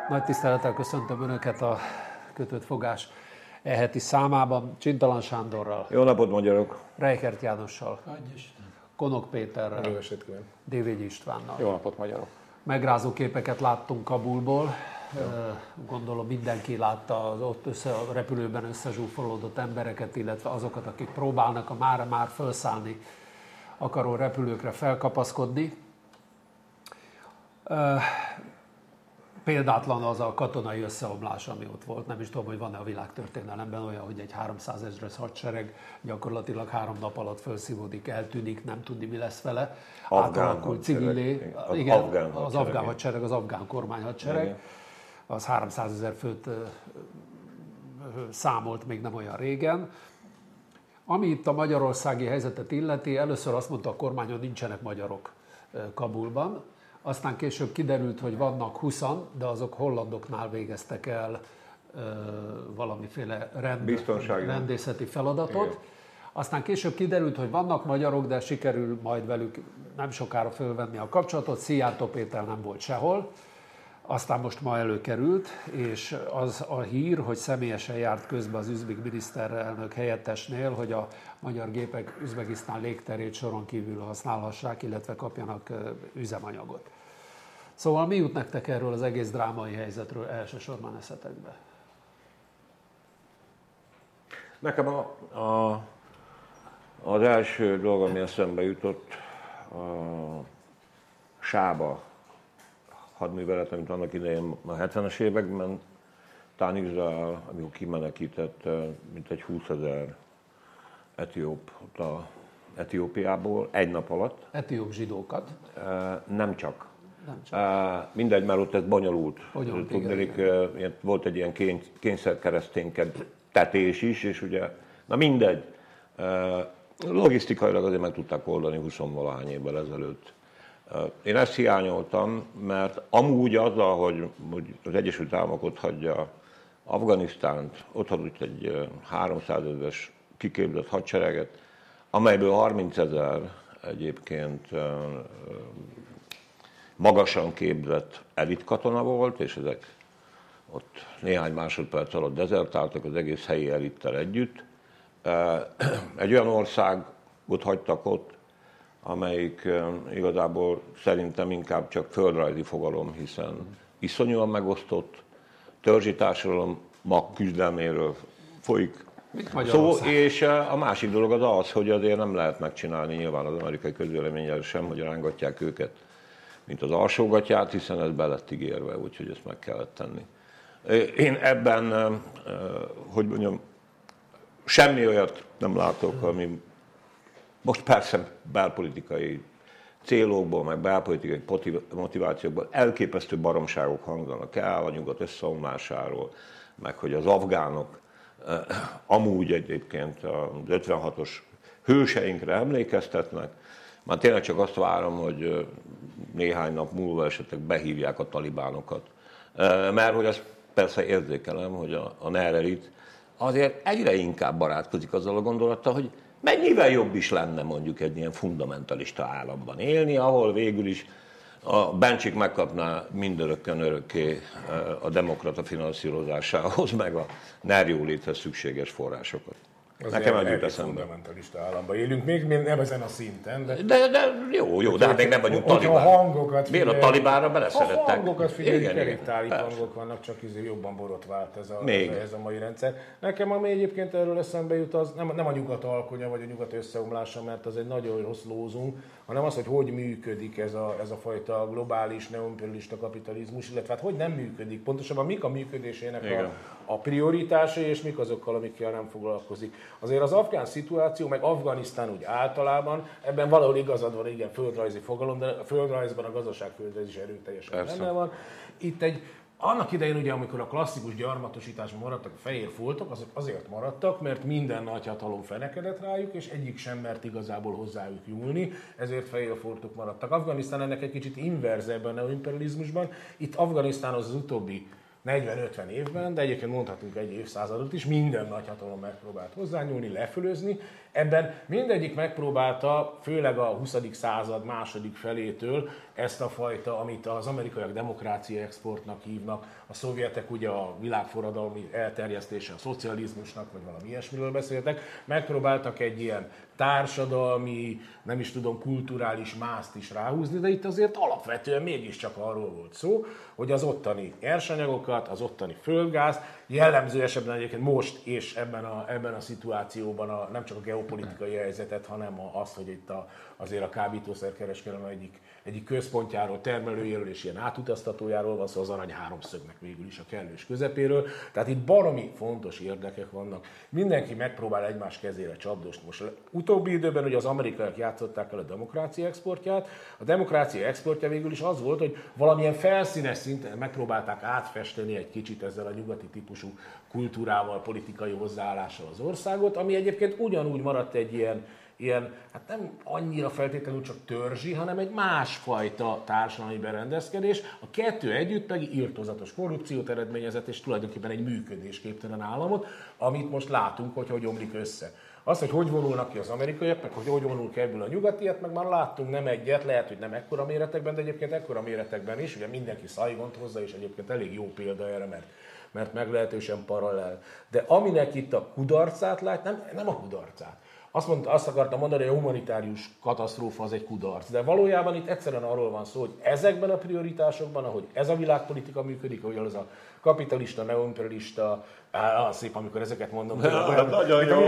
Nagy tisztelettel köszöntöm Önöket a Kötött Fogás heti számában. Csintalan Sándorral. Jó napot, magyarok! Reichert Jánossal. Konok Péterrel. Dévényi Istvánnal. Jó napot, magyarok! Megrázó képeket láttunk Kabulból. Gondolom mindenki látta az ott a repülőben összezsúfolódott embereket, illetve azokat, akik próbálnak a már felszállni akaró repülőkre felkapaszkodni. Példátlan az a katonai összeomlás, ami ott volt. Nem is tudom, hogy van-e a világtörténelemben olyan, hogy egy 300 000-es hadsereg gyakorlatilag 3 nap alatt felszívódik, eltűnik, nem tudni, mi lesz vele. Átalakul civilé. Igen, az afgán hadsereg, az afgán kormányhadsereg. Igen. Az 300 000 főt számolt még nem olyan régen. Ami itt a magyarországi helyzetet illeti, először azt mondta a kormány, hogy nincsenek magyarok Kabulban. Aztán később kiderült, hogy vannak 20-an, de azok hollandoknál végeztek el valamiféle rendészeti feladatot. Igen. Aztán később kiderült, hogy vannak magyarok, de sikerül majd velük nem sokára fölvenni a kapcsolatot. Szijjártó Péter nem volt sehol. Aztán most ma előkerült, és az a hír, hogy személyesen járt közbe az üzbek miniszterelnök helyettesnél, hogy a magyar gépek Üzbegisztán légterét soron kívül használhassák, illetve kapjanak üzemanyagot. Szóval mi jut nektek erről az egész drámai helyzetről elsősorban eszetekbe? Nekem az első dolog, ami eszembe jutott, a Sába hadművelet, amit annak idején a 70-es években talán Izrael, amikor kimenekített mintegy 20 000 etiópot Etiópiából egy nap alatt. Etióp zsidókat? Nem csak. Mindegy, mert ott ez bonyolult. Tudnélik, volt egy ilyen kényszerkereszténykedtetés is, és ugye, na mindegy. Logisztikailag azért meg tudták oldani 20-valahány évvel ezelőtt. Én ezt hiányoltam, mert amúgy azzal, hogy az Egyesült Államok ott hagyja Afganisztánt, ott hagyott egy 300 000-es kiképzett hadsereget, amelyből 30 000 egyébként magasan képzett elitkatona volt, és ezek ott néhány másodperc alatt dezertáltak az egész helyi elittel együtt. Egy olyan országot hagytak ott, amelyik igazából szerintem inkább csak földrajzi fogalom, hiszen iszonyúan megosztott, törzsi társadalmak küzdelméről folyik szó, és a másik dolog az, hogy azért nem lehet megcsinálni nyilván az amerikai közvéleménnyel sem, hogy rángatják őket, mint az alsógatját, hiszen ez be lett ígérve, úgyhogy ezt meg kellett tenni. Én ebben, hogy mondjam, semmi olyat nem látok, ami most persze belpolitikai célokból, meg belpolitikai motivációkból elképesztő baromságok hangzanak el a nyugat összeomlásáról, meg hogy az afgánok amúgy egyébként az 56-os hőseinkre emlékeztetnek. Már tényleg csak azt várom, hogy néhány nap múlva esetleg behívják a talibánokat. Mert hogy azt persze érzékelem, hogy a NER elit azért egyre inkább barátkozik azzal a gondolattal, hogy mennyivel jobb is lenne mondjuk egy ilyen fundamentalista államban élni, ahol végül is a Bencsik megkapná mindörökkön örökké a demokrata finanszírozásához, meg a NER jóléthez szükséges forrásokat. Nekem ez jut eszembe. Fundamentalista államban élünk, még nem ezen a szinten. De jó, de hát még nem vagyunk talibán. Miért a talibánra beleszerettek? A hangokat figyeljük, elég tálit hangok vannak, csak jobban borotvált ez a mai rendszer. Nekem, ami egyébként erről eszembe jut, az nem a nyugat alkonya, vagy a nyugat összeomlása, mert az egy nagyon rossz lózunk, hanem az, hogy működik ez a fajta globális, neoimperialista kapitalizmus, illetve hát hogy nem működik. Pontosabban mik a működésének a prioritásai, és mik azokkal, amikkel nem foglalkozik. Azért az afgán szituáció, meg Afganisztán úgy általában, ebben valahol igazad van, igen, földrajzi fogalom, de a földrajzban a gazdaságföldrajz is erőteljesen benne van. Itt annak idején ugye, amikor a klasszikus gyarmatosításban maradtak a fehér foltok, azok azért maradtak, mert minden nagyhatalom fenekedett rájuk, és egyik sem mert igazából hozzájuk nyúlni, ezért fehér foltok maradtak. Afganisztán ennek egy kicsit inverze ebben a neoimperializmusban. Itt Afganisztán az utóbbi 40-50 évben, de egyébként mondhatunk egy évszázadot is, minden nagyhatalom megpróbált hozzányúlni, lefölözni, Ebben mindegyik megpróbálta, főleg a 20. század második felétől ezt a fajta, amit az amerikaiak demokrácia exportnak hívnak, a szovjetek ugye a világforradalmi elterjesztése, a szocializmusnak, vagy valami ilyesmiről beszéltek, megpróbáltak egy ilyen társadalmi, nem is tudom, kulturális mászt is ráhúzni, de itt azért alapvetően mégiscsak arról volt szó, hogy az ottani nyersanyagokat, az ottani földgáz, jellemző esetben egyébként most és ebben a szituációban nem csak a geopolitikai helyzetet, hanem azt, hogy itt azért a kábítószerkereskedelem egyik központjáról, termelőjéről és ilyen átutaztatójáról van szó, az arany háromszögnek végül is a kellős közepéről. Tehát itt baromi fontos érdekek vannak. Mindenki megpróbál egymás kezére csapdosni. Most utóbbi időben ugye az amerikaiak játszották el a demokrácia exportját. A demokrácia exportja végül is az volt, hogy valamilyen felszínes szinten megpróbálták átfesteni egy kicsit ezzel a nyugati típusú kultúrával, politikai hozzáállással az országot, ami egyébként ugyanúgy maradt egy ilyen, hát nem annyira feltétlenül csak törzsi, hanem egy másfajta társadalmi berendezkedés. A kettő együtt pedig irtózatos korrupciót eredményezett, és tulajdonképpen egy működésképtelen államot, amit most látunk, hogy omlik össze. Azt, hogy vonulnak ki az amerikaiak, meg hogy vonul ki ebből a nyugatiak, meg már láttunk nem egyet, lehet, hogy nem ekkora méretekben, de egyébként ekkora méretekben is, ugye mindenki Saigont hozza, és egyébként elég jó példa erre, mert meglehetősen paralel. De aminek itt a kudarcát lát, nem a kudarcát. Azt akartam mondani, hogy a humanitárius katasztrófa az egy kudarc. De valójában itt egyszerűen arról van szó, hogy ezekben a prioritásokban, ahogy ez a világpolitika működik, ahogy az a kapitalista, neoimperialista, szép, amikor ezeket mondom, hogy nagyon jó.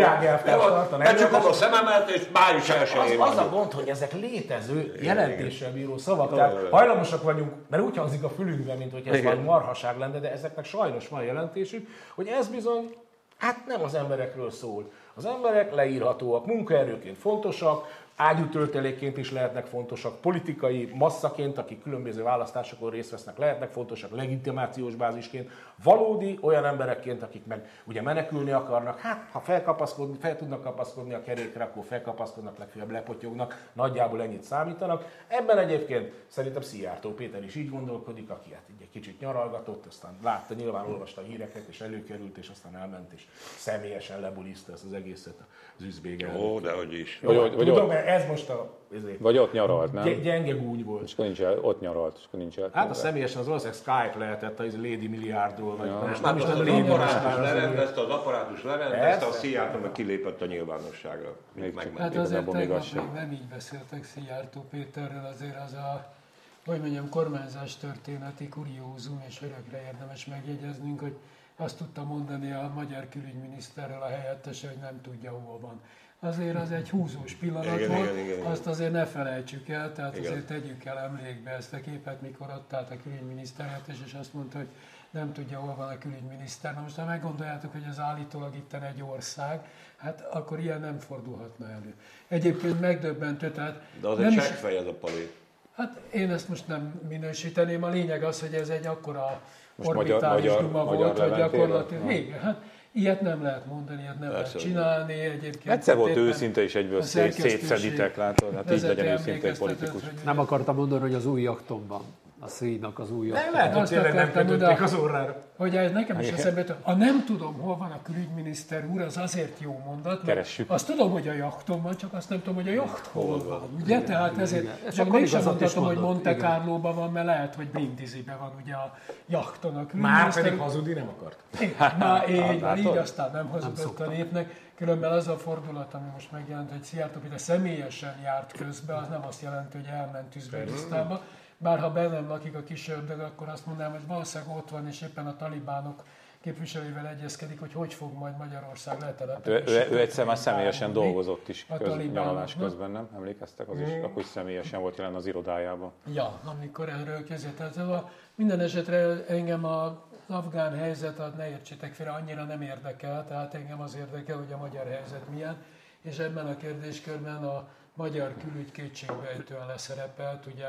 Becsukod a szememet, és május 1-én az a gond, hogy ezek létező, jelentéssel bíró szavak. Tehát hajlamosak vagyunk, mert úgy hangzik a fülünkben, mint hogy ez valami marhaság lenne, de ezeknek sajnos van jelentésük, hogy ez bizony hát nem az emberekről szól. Az emberek leírhatóak, munkaerőként fontosak, ágyútöltelékként is lehetnek fontosak, politikai masszaként, akik különböző választásokon részt vesznek, lehetnek fontosak, legitimációs bázisként, valódi olyan emberekként, akik meg ugye menekülni akarnak, hát ha fel tudnak kapaszkodni a kerékre, akkor felkapaszkodnak, legfeljebb lepotyognak, nagyjából ennyit számítanak. Ebben egyébként szerintem Szijjártó Péter is így gondolkodik, aki hát egy kicsit nyaralgatott, aztán látta, nyilván olvasta a híreket, és előkerült, és aztán elment, és személyesen lebuliszta ezt az egészet az üzbégen. Ó, dehogy is. Tudom, mert ez most vagy ott nyaralt, nem? Gyenge gúny volt. És akkor ott nyaralt, és akkor nincs el. Hát a személyesen az valószínűleg Skype lehetett a Lady Milliárdról, vagy nem is tudom, Lady lerendezte, az apparátus lerendezte, a Szijjártó meg kilépett a nyilvánosságra. Hát azért tegnap még nem így beszéltek Szijjártó Péterről, azért az a, hogy mondjam, kormányzás történeti kuriózum, és örökre érdemes megjegyeznünk, hogy azt tudta mondani a magyar külügyminiszterről a helyettese, hogy nem tudja, hol van. Azért az egy húzós pillanat volt, azt azért ne felejtsük el, tehát azért tegyük el emlékbe ezt a képet, mikor ott állt a külügyminiszter helyettes, és azt mondta, hogy nem tudja, hol van a külügyminiszter. Na most, ha meggondoljátok, hogy ez állítólag itten egy ország, hát akkor ilyen nem fordulhatna elő. Egyébként megdöbbentő, tehát... De az egy csekkfej ez a Pali. Hát én ezt most nem minősíteném, a lényeg az, hogy ez egy akkora orbitális duma volt, hogy gyakorlatilag... Igen, hát ilyet nem lehet mondani, ilyet nem lehet csinálni. Egyébként egyszer volt őszinte, és egyből szétszeditek, látod? Hát így legyen őszinte egy politikus. Nem akartam mondani, hogy az új jaktomban. A Szíjnak az új jaktomban. Lehet, hogy tényleg nem kötötték az orrára. Hogy nekem is eszembe jutott, ha nem tudom, hol van a külügyminiszter úr, az azért jó mondat, mert azt tudom, hogy a jachton van, csak azt nem tudom, hogy a jacht hol van. Ugye? Tehát ezért, csak mégsem mondhatom, hogy Monte Carlóban van, mert lehet, hogy Brindisiben van ugye a jachton a külügyminiszter. Már pedig hazudni nem akart. Na, így aztán nem hazudott a népnek. Különben az a fordulat, ami most megjelent, hogy Szijjártó Péter személyesen járt közbe, az nem azt jelenti, hogy elment Üzbegisztánba. Bár ha bennem lakik a kis ördög, akkor azt mondanám, hogy valószínűleg ott van, és éppen a talibánok képviselőivel egyezkedik, hogy fog majd Magyarország letelepedni. Ő egyszer már személyesen dolgozott is nyaralás közben, nem? Emlékeztek? Az is, akkor is személyesen volt jelen az irodájában. Ja, amikor erről kezdett. Minden esetre engem az afgán helyzet, ne értsétek félre, annyira nem érdekel, tehát engem az érdekel, hogy a magyar helyzet milyen, és ebben a kérdéskörben a magyar külügy kétségbejtően leszerepelt, ugye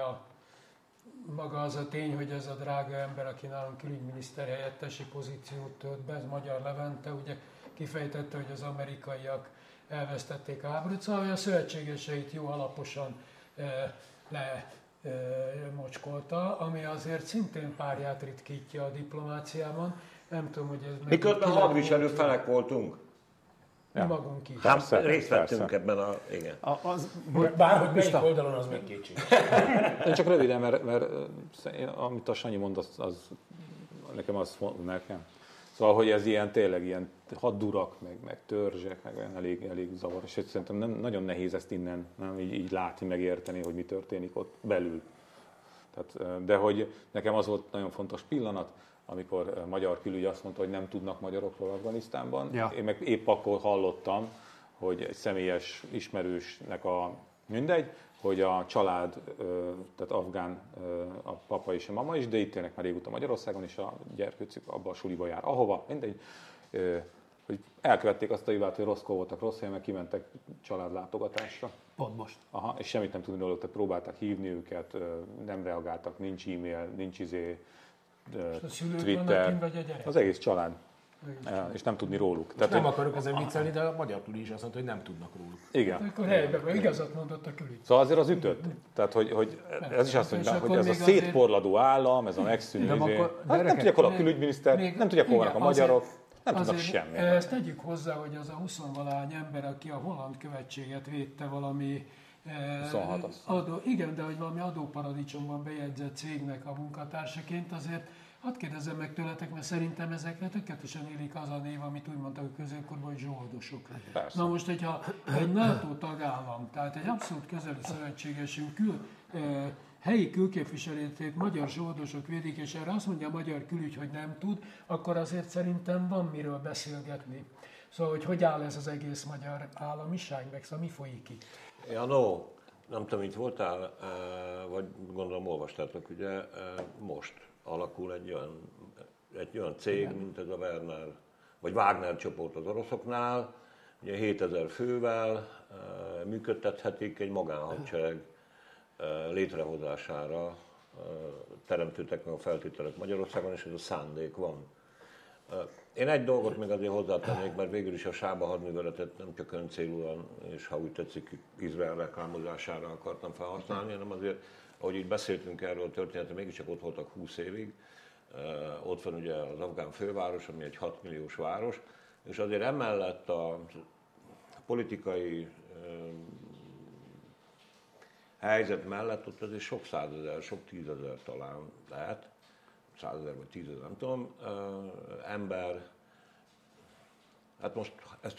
maga az a tény, hogy ez a drága ember, aki nálunk külügyminiszter helyettesi pozíciót tölt be, ez Magyar Levente, ugye kifejtette, hogy az amerikaiak elvesztették Ábruca, hogy a szövetségeseit jó alaposan lemocskolta, ami azért szintén párját ritkítja a diplomáciában. Nem tudom, hogy ez... Miközben hadviselő felek voltunk. Mi magunk is. Persze, részt vettünk ebben a... Igen. Bárhogy melyik oldalon, az még kétség. Én csak röviden, mert amit a Sanyi mond, az nekem az nekem. Szóval, hogy ez ilyen tényleg ilyen haddurak, meg törzsek, meg olyan elég zavaros. És szerintem nagyon nehéz ezt innen így látni, megérteni, hogy mi történik ott belül. Tehát, de hogy nekem az volt nagyon fontos pillanat, amikor magyar külügy azt mondta, hogy nem tudnak magyarokról Afganisztánban. Ja. Én meg épp akkor hallottam, hogy egy személyes ismerősnek hogy a család, tehát afgán a papa és a mama is, de itt élnek már régóta Magyarországon, és a gyerkőcük abba a suliba jár. Ahova, mindegy, hogy elkövették azt a hibát, hogy rosszkor voltak, rossz helyen, meg kimentek családlátogatásra. Pont most. Aha, és semmit nem tudni róluk, tehát próbálták hívni őket, nem reagáltak, nincs e-mail, nincs Twitter, az egész család. És nem tudni róluk. Tehát, nem akarok ezen viccelni, de a magyar külügy is azt mondta, hogy nem tudnak róluk. Igen. Akkor helyben igazat mondott a külügy. Szóval azért az ütött. Tehát, hogy ez is azt mondja, hogy ez a szétporladó állam, ez a megszűnő nem tudják, hol a külügyminiszter, nem tudják, hol vannak a magyarok, nem tudnak semmi. Ezt tegyük hozzá, hogy az a 20-valahány ember, aki a holland követséget védte valami 26 igen, de hogy valami adóparadicsomban bejegyzett cégnek a munkatársaként, azért hadd kérdezzem meg tőletek, mert szerintem ezekre tökéletesen élik az a név, amit úgy mondtak a középkorban, hogy zsoldosok. Persze. Na most, hogyha egy NATO tagállam, tehát egy abszolút közeli szövetségesünk helyi külképviseletét magyar zsoldosok védik, és erre azt mondja a magyar külügy, hogy nem tud, akkor azért szerintem van miről beszélgetni. Szóval, hogy áll ez az egész magyar államiság, meg szóval mi folyik itt? Ja, no, nem tudom, itt voltál, vagy gondolom olvastátok, ugye most alakul egy olyan cég, igen, mint ez a Werner, vagy Wagner csoport az oroszoknál, ugye 7000 fővel működtethetik egy magánhadsereg létrehozására, teremtődtek meg a feltételek Magyarországon, és ez a szándék van. Én egy dolgot még azért hozzátennék, mert végül is a Sába hadműveletet nem csak öncélúan, és ha úgy tetszik, Izrael reklámozására akartam felhasználni, hanem azért, ahogy így beszéltünk erről a történetet, mégiscsak ott voltak 20 évig. Ott van ugye az afgán főváros, ami egy 6 milliós város, és azért emellett a politikai helyzet mellett ott azért sok százezer, sok tízezer talán lehet, 100 000 vagy 10 000, nem tudom, ember, hát most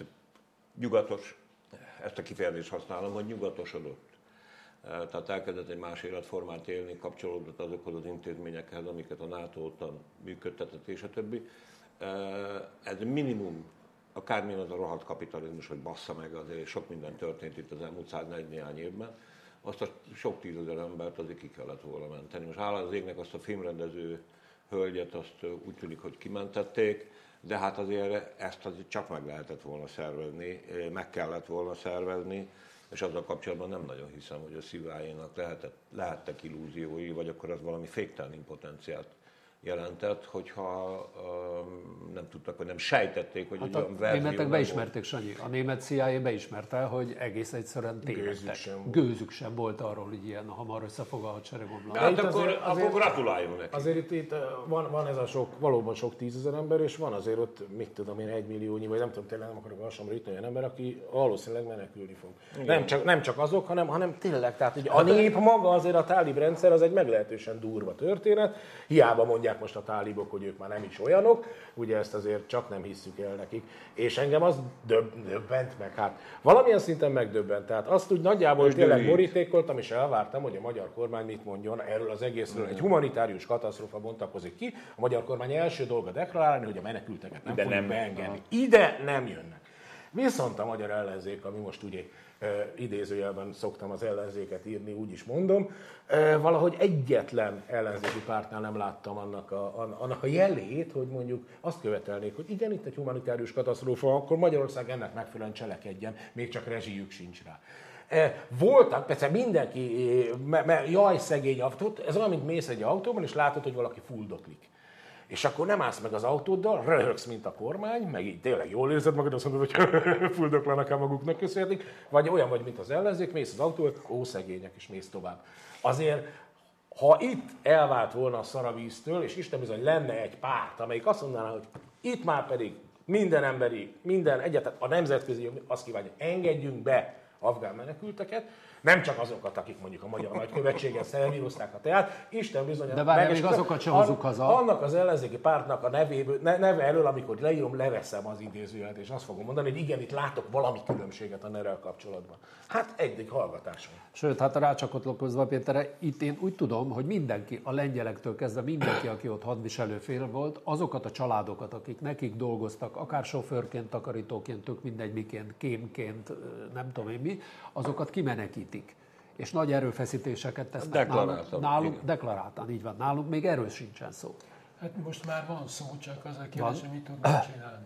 ezt a kifejezést használom, hogy nyugatosodott. Tehát elkezdett egy más életformát élni, kapcsolódott azokhoz az intézményekhez, amiket a NATO ottan működtetett, és a többi. Ez minimum, akármilyen az a rohadt kapitalizmus, hogy bassza meg, azért sok minden történt itt az elmúlt 104 néhány évben, azt a sok tízezer embert azért ki kellett volna menteni. Most hála az égnek azt a filmrendező hölgyet, azt úgy tűnik, hogy kimentették, de hát azért ezt azért csak meg lehetett volna szervezni, meg kellett volna szervezni, és azzal kapcsolatban nem nagyon hiszem, hogy a CIA-nak lehettek illúziói, vagy akkor az valami féktelen impotenciát jelentett, hogyha nem tudtak, vagy nem sejtették, hogy hát olyan verzió. A németek beismerték, Sanyi. A német CIA beismerte, hogy egész egyszerűen tévedtek. Gőzük sem volt arról, hogy ilyen hamar össze fog a hadsereg omlani. Hát akkor gratuláljunk neki. Azért itt van ez a sok, valóban sok 10 000 ember, és van azért ott, mit tudom én, 1 milliónyi, vagy nem tudom, tényleg nem akarok hasonlítani, itt olyan ember, aki valószínűleg menekülni fog. Nem csak azok, hanem tényleg, tehát a nép maga, azért a tálib rendszer az egy meglehetősen durva történet. Hiába mondják most a tálibok, hogy ők már nem is olyanok, ugye ezt azért csak nem hisszük el nekik. És engem az döbbent meg, hát valamilyen szinten megdöbbent. Tehát azt úgy nagyjából tényleg borítékoltam, és elvártam, hogy a magyar kormány mit mondjon erről az egészről. Egy humanitárius katasztrófa bontakozik ki, a magyar kormány első dolga deklarálni, hogy a menekülteket nem fogjuk beengedni. Ide nem jönnek. Viszont a magyar ellenzék, ami most ugye idézőjelben szoktam az ellenzéket írni, úgy is mondom, valahogy egyetlen ellenzéki pártnál nem láttam annak a jelét, hogy mondjuk azt követelnék, hogy igen, itt egy humanitárius katasztrófa, akkor Magyarország ennek megfelelően cselekedjen, még csak rezsijük sincs rá. Voltak, persze mindenki, jaj, szegény autót, ez olyan, mint mész egy autóban, és látod, hogy valaki fuldoklik. És akkor nem állsz meg az autóddal, röhögsz, mint a kormány, meg így tényleg jól érzed magad, azt mondod, hogy fuldoklanak el maguknak, köszönhetik, vagy olyan vagy, mint az ellenzék, mész az autóval, ó, szegények, és mész tovább. Azért, ha itt elvált volna a szaravíztől, és Isten bizony lenne egy párt, amelyik azt mondaná, hogy itt már pedig Minden emberi, egyáltalán a nemzetközi jog azt kívánja, engedjünk be afgán menekülteket, nem csak azokat, akik mondjuk a magyar nagykövetségen szervírozták a teát, Isten bizony. De várj, még azokat se hozzuk haza. Annak az ellenzéki pártnak a neve elől, amikor leírom, leveszem az idézőjelet, és azt fogom mondani, hogy igen, itt látok valami különbséget a nerrel kapcsolatban. Hát egy hallgatáson. Sőt, hát rácsatlakozva Péterre, itt én úgy tudom, hogy mindenki, a lengyelektől kezdve mindenki, aki ott hadviselő fél volt, azokat a családokat, akik nekik dolgoztak, akár sofőrként, takarítóként, tök mindegy miként, kémként, nem tudom én mi, azokat kimenekítik. És nagy erőfeszítéseket tesznek nálunk, deklaráltan, így van, nálunk még erről sincsen szó. Hát most már van szó, csak az a kérdés, hogy mit tudnak csinálni.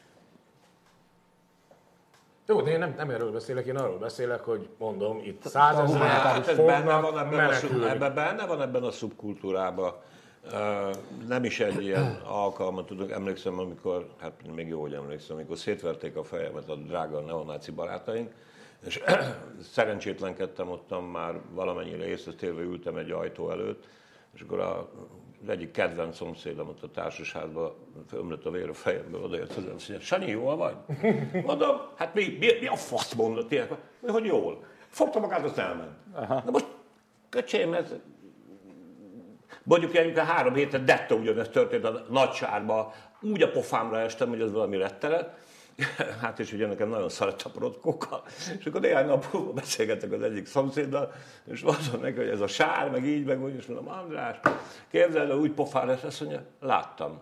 Jó, de én nem erről beszélek, én arról beszélek, hogy mondom, itt 100 000 fognak menekülni. Benne van ebben a szubkultúrában. Nem is egy ilyen alkalmat tudok, emlékszem, amikor, hát még jó, hogy emlékszem, amikor szétverték a fejemet a drága neonáci barátaink, és szerencsétlenkedtem ottan, már valamennyire észretérve ültem egy ajtó előtt, és akkor az egyik kedvenc szomszédom ott a társasházban ömlött a vér a fejemből, odaért hozzám, azt mondja, Sanyi, jól vagy? Mondom, hát mi a fasz mondott ilyenek? Hogy jól. Fogta magát, azt elment. Na most, köcsém, ez... Mondjuk ilyenkor 3 héten dettó ugyanezt történt a Nagysárban, úgy a pofámra estem, hogy az valami rettenet. Hát és ugye nekem nagyon szeret a protkókkal. És akkor néhány nap múlva beszélgetek az egyik szomszéddal, és mondom neki, hogy ez a sár, meg így, meg úgy, és mondom, András, képzeld el, úgy pofára lesz, azt mondja, láttam.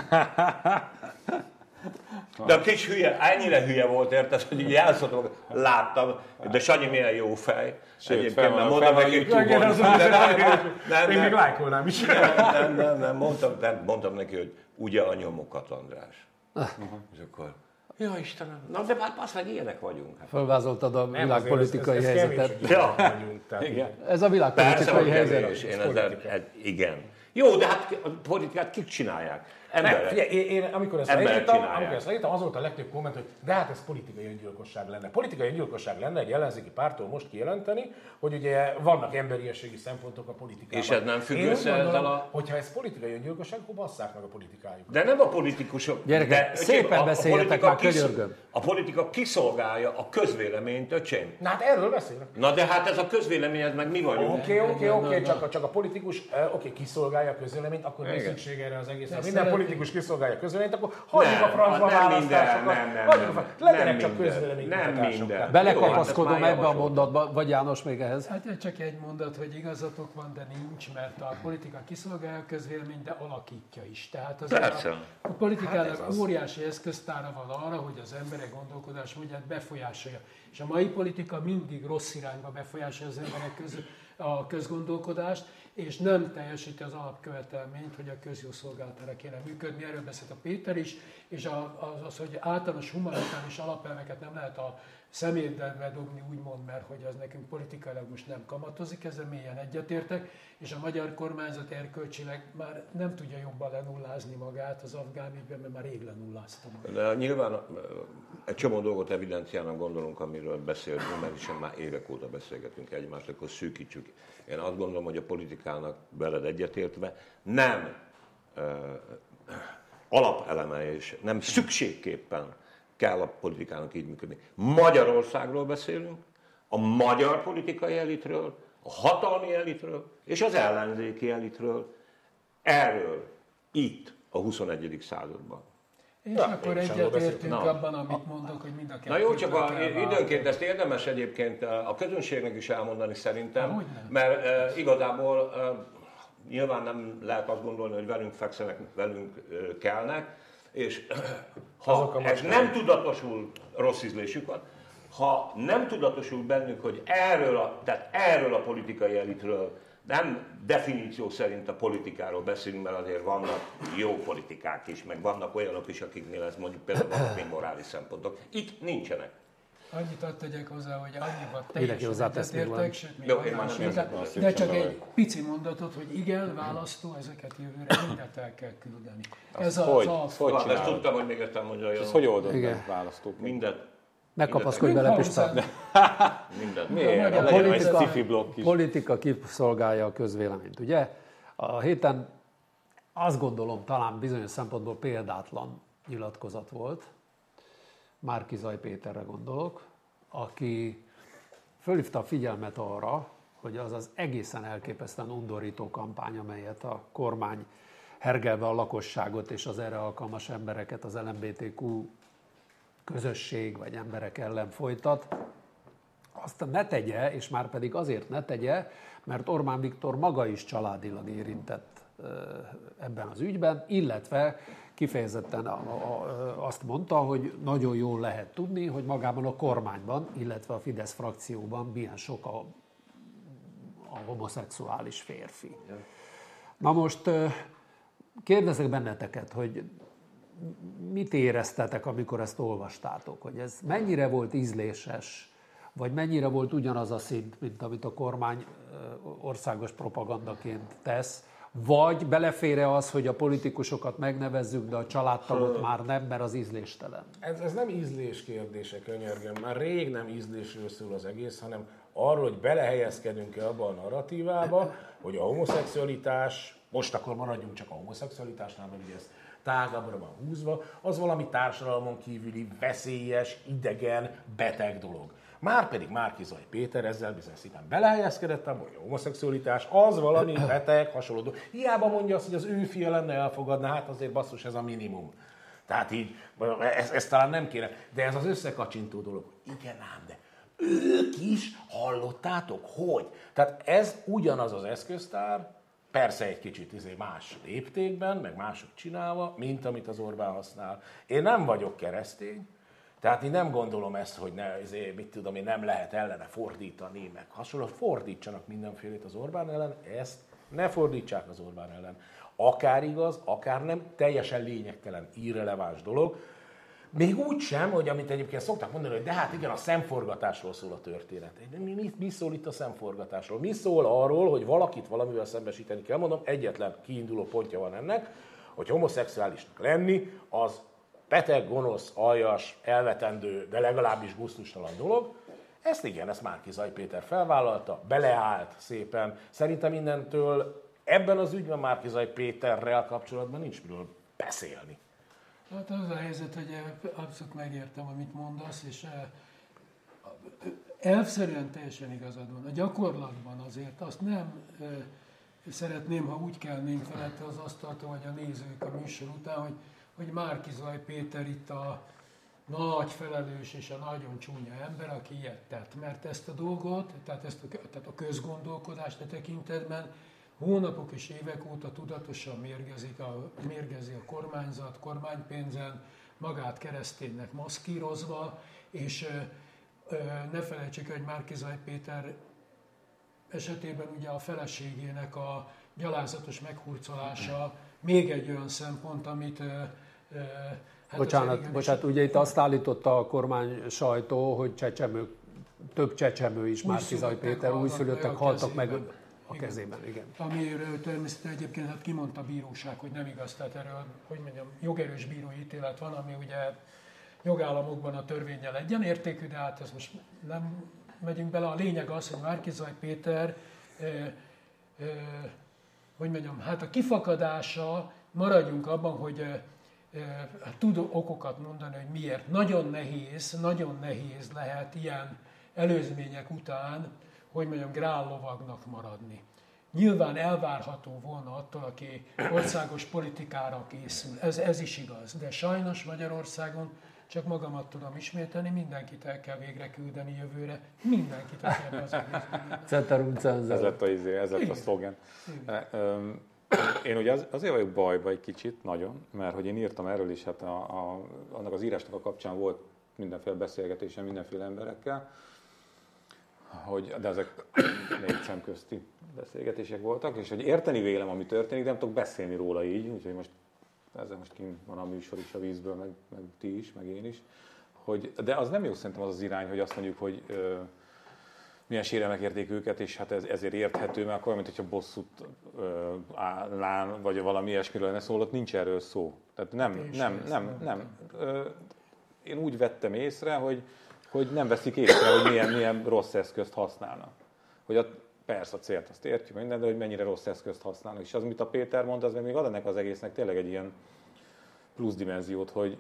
De a kis hülye, ennyire hülye volt, érted, hogy így elszóltam, láttam, de Sanyi milyen jó fej. Egyébként nem mondtam neki, hogy én még lájkolnám is. Nem, mondtam neki, hogy ugye a nyomokat, András. És akkor, ja Istenem, na de hát azt meg ilyenek vagyunk. Fölvázoltad a világpolitikai helyzetet. Ja. Ez a világpolitikai helyzet. Igen. Jó, de hát a politikát kik csinálják? Emberek. Én amikor ezt leírtam, az volt a legtöbb komment, hogy de hát ez politikai öngyilkosság lenne. Politikai öngyilkosság lenne egy ellenzéki pártól most kijelenteni, hogy ugye vannak emberiességi szempontok a politikában. És ez nem függ össze ezzel a... Hogyha ez politikai öngyilkosság, akkor basszák meg a politikájukat. De nem a politikusok. Gyerekek, szépen beszéljetek már, könyörgöm. A politika kiszolgálja a közvéleményt, öcsém. Na hát erről beszélek. Na de hát ez a közvélemény, ez meg mi vagyunk. Oké, csak a politikus kiszolgálja a közvéleményt, akkor nincs szükség erre az egészre. Minden politikus kiszolgálja a közvéleményt, akkor hagyjuk a francba választásokat. Legyenek csak közvéleménykutatások. Belekapaszkodom ebbe a mondatba, vagy János még ehhez? Hát csak egy mondat, hogy igazatok van, de nincs, mert a politika kiszolgálja a közvéleményt, de alakítja is. Tehát a politikának óriási eszköztára van arra, hogy az emberek gondolkodásmódját befolyásolja. És a mai politika mindig rossz irányba befolyásolja az emberek a közgondolkodást, és nem teljesíti az alapkövetelményt, hogy a közjó szolgálatára kéne működni. Erről beszélt a Péter is, és az, hogy általános humanitárius alapelveket nem lehet a szemétbe dobni, úgymond, mert hogy az nekünk politikailag most nem kamatozik, ezzel mélyen egyetértek, és a magyar kormányzat erkölcsileg már nem tudja jobban lenullázni magát az afgán ügyben, mert már rég lenullázta magát. De nyilván egy csomó dolgot evidenciának gondolunk, amiről beszéltünk, mert is már évek óta beszélgetünk egymást, akkor szűkítsük. Én azt gondolom, hogy a politikának veled egyetértve nem alapeleme és nem szükségképpen kell a politikának így működni. Magyarországról beszélünk, a magyar politikai elitről, a hatalmi elitről és az ellenzéki elitről. Erről itt a 21. században. És akkor egyetértünk abban, amit mondok, hogy mind a kettőt. Na jó, csak időnként ezt érdemes egyébként a közönségnek is elmondani szerintem, mert igazából nyilván nem lehet azt gondolni, hogy velünk fekszenek, velünk kelnek, és ha ez nem tudatosul, rossz ízlésük van, ha nem tudatosul bennük, hogy erről a politikai elitről nem definíció szerint a politikáról beszélünk, mert azért vannak jó politikák is, meg vannak olyanok is, akiknél ez mondjuk például vannak még morális szempontok. Itt nincsenek. Annyit hadd tegyek hozzá, hogy annyiban teljesen egyetértek, sőt, de csak egy pici mondatot, hogy igen, választó, ezeket jövőre mindent el kell küldeni. Ez az ezt tudtam, hogy még ezt elmondja. Ez hogy oldod meg választók? Mindent. Ne kapaszkodj bele, Pistán. Miért? A politika kiszolgálja a közvéleményt, ugye? A héten azt gondolom talán bizonyos szempontból példátlan nyilatkozat volt, Márki-Zay Péterre gondolok, aki fölhívta a figyelmet arra, hogy az az egészen elképesztően undorító kampány, amelyet a kormány hergelve a lakosságot és az erre alkalmas embereket az LMBTQ közösség vagy emberek ellen folytat, azt ne tegye, és már pedig azért ne tegye, mert Orbán Viktor maga is családilag érintett ebben az ügyben, illetve kifejezetten azt mondta, hogy nagyon jól lehet tudni, hogy magában a kormányban, illetve a Fidesz frakcióban milyen sok a homoszexuális férfi. Na most kérdezek benneteket, hogy mit éreztetek, amikor ezt olvastátok, hogy ez mennyire volt ízléses, vagy mennyire volt ugyanaz a szint, mint amit a kormány országos propagandaként tesz, vagy belefér-e az, hogy a politikusokat megnevezzük, de a családtagot már nem, mert az ízléstelen? Ez nem ízlés kérdése, könyörgöm. Már rég nem ízlésről szól az egész, hanem arról, hogy belehelyezkedünk-e abba a narratívába, hogy a homoszexualitás, most akkor maradjunk csak a homoszexualitásnál, mert ugye ez tágabbra van húzva, az valami társadalmon kívüli, veszélyes, idegen, beteg dolog. Márpedig Márki-Zay Péter ezzel bizony szépen belehelyezkedett, hogy a homoszexualitás az valami beteg, hasonló. Hiába mondja azt, hogy az ő fia lenne elfogadna, hát azért basszus, ez a minimum. Tehát így, ez talán nem kéne, de ez az összekacsintó dolog. Igen ám, de ők is hallottátok, hogy? Tehát ez ugyanaz az eszköztár, persze egy kicsit más léptékben, meg mások csinálva, mint amit az Orbán használ. Én nem vagyok keresztény, tehát én nem gondolom ezt, hogy mit tudom én, nem lehet ellene fordítani, meg hasonló, fordítsanak mindenfélét az Orbán ellen, ezt ne fordítsák az Orbán ellen. Akár igaz, akár nem, teljesen lényegtelen, irreleváns dolog. Még úgy sem, hogy amit egyébként szoktak mondani, hogy de hát igen, a szemforgatásról szól a történet. Mi szól itt a szemforgatásról? Mi szól arról, hogy valakit valamivel szembesíteni kell? Mondom, egyetlen kiinduló pontja van ennek, hogy homoszexuálisnak lenni, az beteg, gonosz, aljas, elvetendő, de legalábbis gusztustalan dolog. Ezt Márki-Zay Péter felvállalta, beleállt szépen. Szerintem innentől ebben az ügyben Márki-Zay Péterrel kapcsolatban nincs miről beszélni. Hát az a helyzet, hogy abszolút megértem, amit mondasz, és elvszerűen teljesen igazad van. A gyakorlatban azért azt nem szeretném, ha úgy kelnénk felette az asztalt, vagy a nézők a műsor után, hogy Márki-Zay Péter itt a nagy felelős és a nagyon csúnya ember, aki ilyet tett. Mert ezt a dolgot, tehát a közgondolkodást a tekintetben hónapok és évek óta tudatosan mérgezi a kormányzat, kormánypénzen, magát kereszténynek maszkírozva, és ne felejtsük, hogy Márki-Zay Péter esetében ugye a feleségének a gyalázatos meghurcolása még egy olyan szempont, amit... Bocsánat, ugye itt azt állította a kormány sajtó, hogy több csecsemő is Márki-Zay Péter, újszülöttek haltak meg a kezében, igen. Amiről természetesen egyébként hát kimondta a bíróság, hogy nem igaz, tehát erről, hogy mondjam, jogerős bírói ítélet van, ami ugye jogállamokban a törvénnyel egyenértékű, de hát ez most nem megyünk bele. A lényeg az, hogy Márki-Zay Péter, hogy mondjam, hát a kifakadása, maradjunk abban, hogy tud okokat mondani, hogy miért. Nagyon nehéz lehet ilyen előzmények után, hogy mondjam, grállovagnak maradni. Nyilván elvárható volna attól, aki országos politikára készül. Ez is igaz. De sajnos Magyarországon, csak magamat tudom ismételni, mindenkit el kell végre küldeni jövőre. Mindenkit el kell az egész. Ez lett a szlogen. Én ugye azért vagyok bajba egy kicsit, nagyon, mert hogy én írtam erről is, hát annak az írásnak a kapcsán volt mindenféle beszélgetésem mindenféle emberekkel, de ezek négy szemközti beszélgetések voltak, és hogy érteni vélem, ami történik, de nem tudok beszélni róla így, úgyhogy ezzel most kint van a műsor is a vízből, meg ti is, meg én is. De az nem jó szerintem az irány, hogy azt mondjuk, hogy milyen sérelmek érték őket, és hát ezért érthető, mert akkor, mint hogyha bosszút állán, vagy valami ilyesmiről lenne szó, ott nincs erről szó. Tehát nem. Én úgy vettem észre, hogy nem veszik észre, hogy milyen rossz eszközt használnak. Hogy persze a célt azt értjük minden, de hogy mennyire rossz eszközt használnak. És az, amit a Péter mondta, az még ad ennek az egésznek tényleg egy ilyen plusz dimenziót, hogy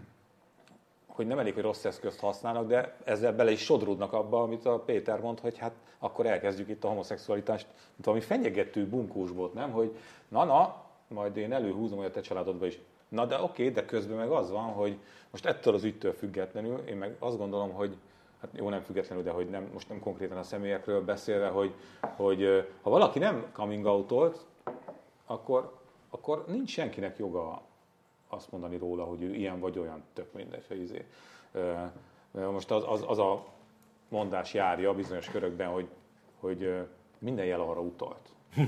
nem elég, hogy rossz eszközt használnak, de ezzel bele is sodródnak abba, amit a Péter mond, hogy hát akkor elkezdjük itt a homoszexualitást, mint valami fenyegető bunkósbot, nem? Hogy na, majd én előhúzom, hogy a te családodba is. Na de oké, de közben meg az van, hogy most ettől az ügytől függetlenül, én meg azt gondolom, hogy hát jó, nem függetlenül, de hogy nem, most nem konkrétan a személyekről beszélve, hogy ha valaki nem coming out-olt, akkor nincs senkinek joga azt mondani róla, hogy ő ilyen vagy olyan, tök mindegy, hogy most az a mondás járja bizonyos körökben, hogy minden jel arra utalt.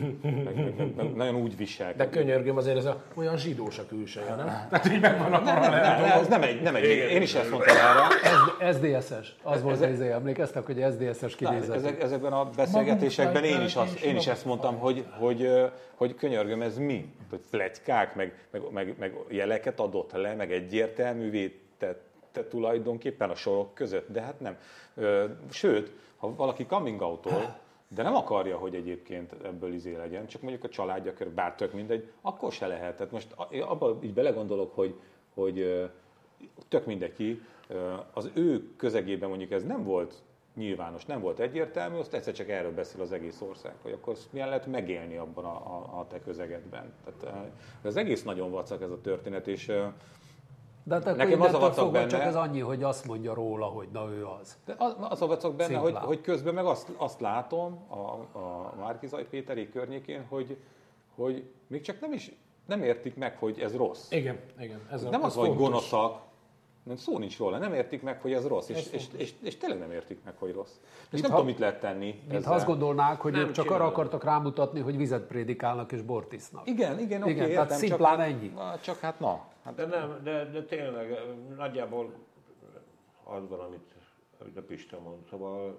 Meg nagyon úgy viselkedik. De könyörgöm, azért ez olyan zsidós a külseje, nem? Tehát így megvan a paralel. Ez nem egy. Én is ezt mondtam erre. SZDSZ-es. Az volt az emlékeztek, hogy SZDSZ-es kinézet. Ezekben a beszélgetésekben én is ezt mondtam, hogy könyörgöm, ez mi? Hogy pletykák, meg jeleket adott le, meg egyértelművé tette tulajdonképpen a sorok között. De hát nem. Sőt, ha valaki coming out-ol, de nem akarja, hogy egyébként ebből legyen, csak mondjuk a családja körül, bár tök mindegy, akkor se lehet. Tehát most abban így belegondolok, hogy tök mindegy ki, az ő közegében mondjuk ez nem volt nyilvános, nem volt egyértelmű, azt egyszer csak erről beszél az egész ország, hogy akkor milyen lehet megélni abban a te közegedben. Tehát az egész nagyon vacak ez a történet, és de hát nekem az a vacak benne, csak ez annyi, hogy azt mondja róla, hogy na ő az. De az a vacak benne, hogy közben meg azt látom a Márki-Zay Péterék környékén, hogy még csak nem értik meg, hogy ez rossz. Igen. Nem az, hogy gonoszak, nem, szó nincs róla, nem értik meg, hogy ez rossz, és tényleg nem értik meg, hogy rossz. És nem tudom, mit lehet tenni. Mintha azt gondolnák, hogy ők csak arra akartak rámutatni, hogy vizet prédikálnak és bort isznak. Igen, oké, értem, tehát szimplán ennyi. Csak hát na. De tényleg nagyjából az van, amit a Pista mond. Szóval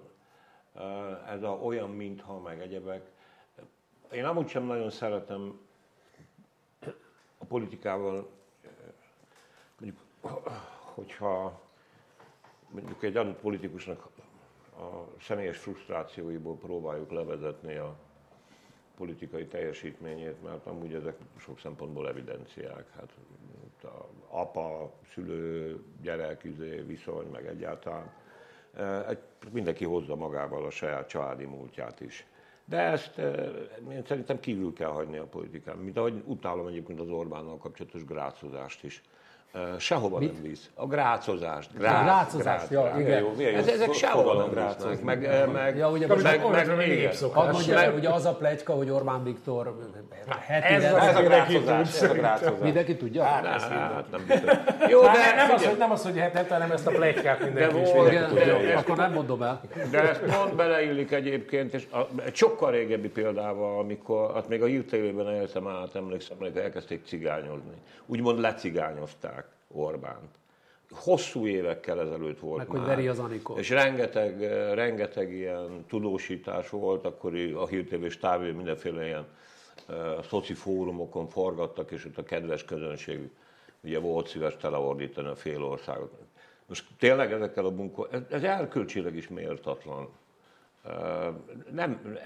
ez olyan, mintha meg egyebek. Én amúgy sem nagyon szeretem a politikával, mondjuk, hogyha mondjuk egy adott politikusnak a személyes frusztrációiból próbáljuk levezetni a politikai teljesítményét, mert amúgy ezek sok szempontból evidenciák. Hát apa, szülő, gyerek, viszony, meg egyáltalán. Mindenki hozza magával a saját családi múltját is. De ezt én szerintem kívül kell hagyni a politikán. Mint ahogy utálom egyébként az Orbánnal kapcsolatos grácozást is. Sehova nem visz. A grácozást. Grácozást, ja, igen. Ezek sehova nem visznek. Ugye az a pletyka, hogy Orbán Viktor ez a grácozás. Mindenki tudja? Hát nem biztos. Jó, de nem az, hogy hetente, hanem ezt a pletykát mindenki is tudja. Akkor nem mondom el. De ezt pont beleillik egyébként, és egy sokkal régebbi példával, amikor hát még a hírtévében éltem át, emlékszem, hogy elkezdték cigányozni. Úgymond lecigányozták Orbánt. Hosszú évekkel ezelőtt volt meg, már. hogy veri az Anikot. És rengeteg ilyen tudósítás volt, akkor a hírtévés távő mindenféle ilyen szoci fórumokon forgattak, és ott a kedves közönség ugye volt szíves teleordítani a fél országot. Most tényleg ezekkel a bunkó, ez erkölcsileg is méltatlan. Nem,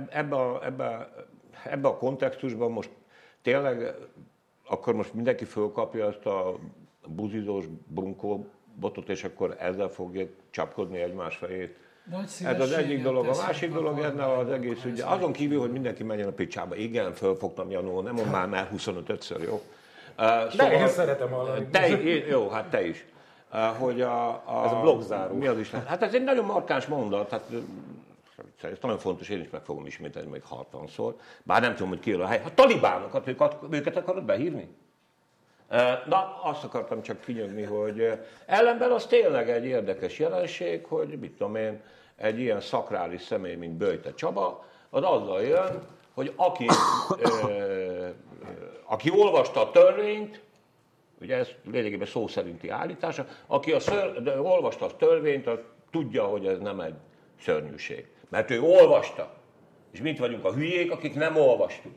ebbe a kontextusban most tényleg akkor most mindenki fölkapja ezt a buzizós bunkóbotot, és akkor ezzel fogja csapkodni egymás fejét. Ez az egyik dolog. A másik dolog ennél az egész ügy. Azon kívül, hogy mindenki menjen a picsába. Igen, fölfogtam Janó, nem mond már 25-ször, jó? De én szeretem hallani. Jó, hát te is. Hogy ez a blogzáró. Mi az is? Hát ez egy nagyon markáns mondat. Hát, ez nagyon fontos, én is meg fogom ismételni még 60-szor. Bár nem tudom, hogy ki a hely. A talibánokat, őket akarod behívni? Na, azt akartam csak kinyögni, hogy ellenben az tényleg egy érdekes jelenség, hogy mit tudom én, egy ilyen szakrális személy, mint Böjte Csaba, az azzal jön, hogy aki olvasta a törvényt, ugye ez lényegében szó szerinti állítása, aki olvasta a törvényt, az tudja, hogy ez nem egy szörnyűség. Mert ő olvasta. És mit vagyunk a hülyék, akik nem olvastuk.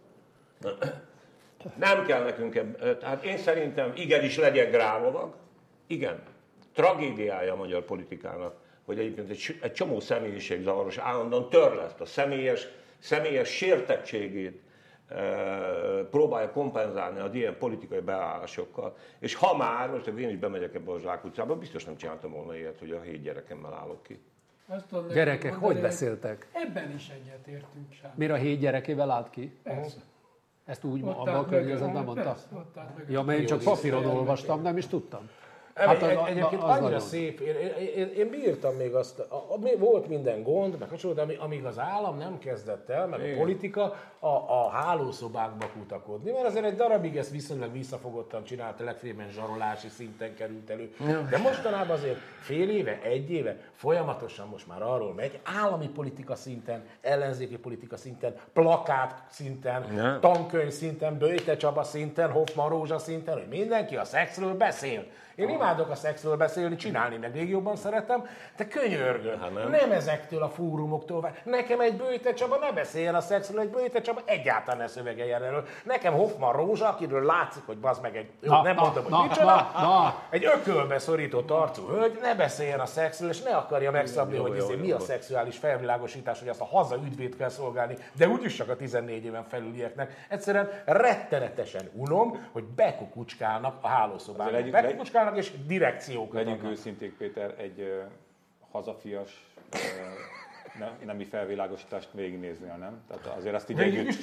Nem kell nekünk tehát én szerintem igenis legyen grálovag. Igen, tragédiája a magyar politikának, hogy egyébként egy csomó személyiségzavaros állandóan törleszt a személyes sértettségét próbálja kompenzálni az ilyen politikai beállásokkal. És ha már, most én is bemegyek ebbe a zsákutcába, biztos nem csináltam volna ilyet, hogy a 7 gyerekemmel állok ki. Gyerekek, hogy beszéltek? Ebben is egyetértünk, Sándor. Mire a 7 gyerekével állt ki? Persze. Ezt úgy abban a környezetben mondta? Ja, mert én csak papíron olvastam, nem is tudtam. Hát egyébként annyira nagyon szép, én bírtam még azt, volt minden gond, meg hasonló, de amíg az állam nem kezdett el, meg a politika a hálószobákba kutakodni, mert azért egy darabig ezt viszonylag visszafogottan csinálta, legfeljében zsarolási szinten került elő. De mostanában azért fél éve, 1 éve folyamatosan most már arról megy, állami politika szinten, ellenzéki politika szinten, plakát szinten, tankönyv szinten, Böjte Csaba szinten, Hoffman Rózsa szinten, hogy mindenki a szexről beszél. Én imádok a szexről beszélni, csinálni meg még jobban szeretem, de könyörgöm, nem ezektől a fórumoktól. Nekem egy Böjte Csaba ne beszéljen a szexről, egy Böjte Csaba egyáltalán ne szövegeljen erről. Nekem Hoffman Rózsa, akiről látszik, hogy bazd meg egy, nem mondom, hogy micsoda, egy ökölbe szorított arcú hölgy, ne beszéljen a szexről, és ne akarja megszabni, hogy mi a szexuális felvilágosítás, hogy azt a hazaüdvét kell szolgálni, de úgyis csak a 14 éven felülieknek. Egyszerűen rettenetesen unom, hogy bekukucskálnak a hálószobában. És direkciókat legyünk őszinték, Péter, egy hazafias nemi felvilágosítást végignéznél, nem? Tehát azért azt így együtt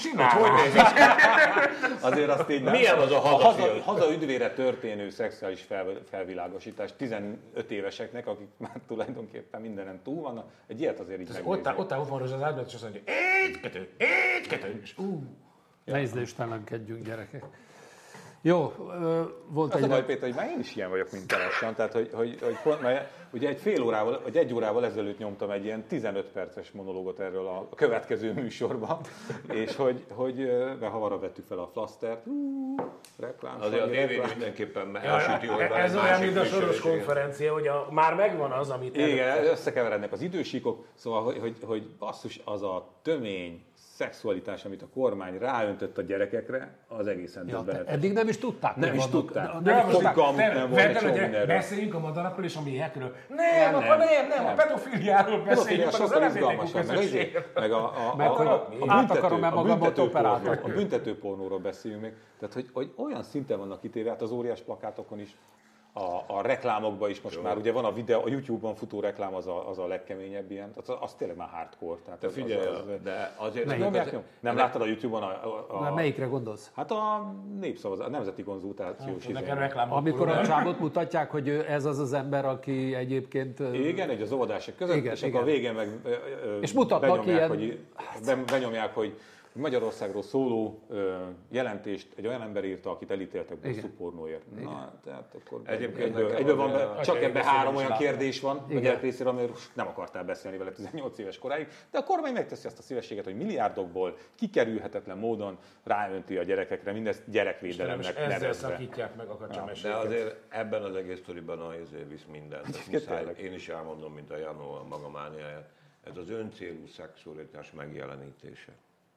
azért azt így nem. Milyen az a hazaüdvére történő szexuális felvilágosítás 15 éveseknek, akik már tulajdonképpen mindenen túl vannak, egy ilyet azért így megnézni. Ott áll van az áldozat, és azt mondja, 1, 2, és ne ízléstelenkedjünk, gyerekek. Jó, volt az a baj, Péter, hogy már én is ilyen vagyok, mint teljesen. Tehát, hogy ugye egy fél órával, vagy 1 órával ezelőtt nyomtam egy ilyen 15 perces monológot erről a következő műsorban, és hogy havarra vettük fel a flasztert, reklám. Azért a DVD mindenképpen elsüti, hogy ez olyan, mint a Soros konferencia, hogy már megvan az, amit... Igen, összekeverednek az idősíkok, szóval, hogy basszus, az a tömény szexualitás, amit a kormány ráöntött a gyerekekre, az egészen döbbenetes. Eddig nem is tudták. Nem is tudták. Beszéljünk a madarakról és a méhekről. Nem, a pedofiliáról beszéljünk, az LMBTQ közösség. Át akarom-e magamat operálni. A büntetőpornóról beszéljünk még. Tehát, hogy olyan szinten vannak kitéve, hát az óriás plakátokon is, a reklámokban is most már, ugye van a videó, a YouTube-on futó reklám az a legkeményebb ilyen, az tényleg már hardcore. Tehát figyelj, de azért... Nem láttad a YouTube-on melyikre gondolsz? Hát a népszavazás, a nemzeti konzultációs amikor a csávot mutatják, hogy ez az ember, aki egyébként... Igen, egy az óvodások között, igen, és akkor a végén meg és mutatnak benyomják, hogy Magyarországról szóló jelentést egy olyan ember írta, akit elítéltek bosszúpornóért. Na, tehát akkor egyből van, csak ebben 3 olyan kérdés van a gyerek részéről, amiről nem akartál beszélni vele 18 éves koráig, de a kormány megteszi azt a szívességet, hogy milliárdokból kikerülhetetlen módon ráönti a gyerekekre, mindezt gyerekvédelemnek nevezve. Ezzel szakítják meg a kacsameséket. De azért ebben az egész sztoriban visz mindent. Én is elmondom, mint a Janó a maga mániáját. Ez az öncélú szexualitás megjelenítése.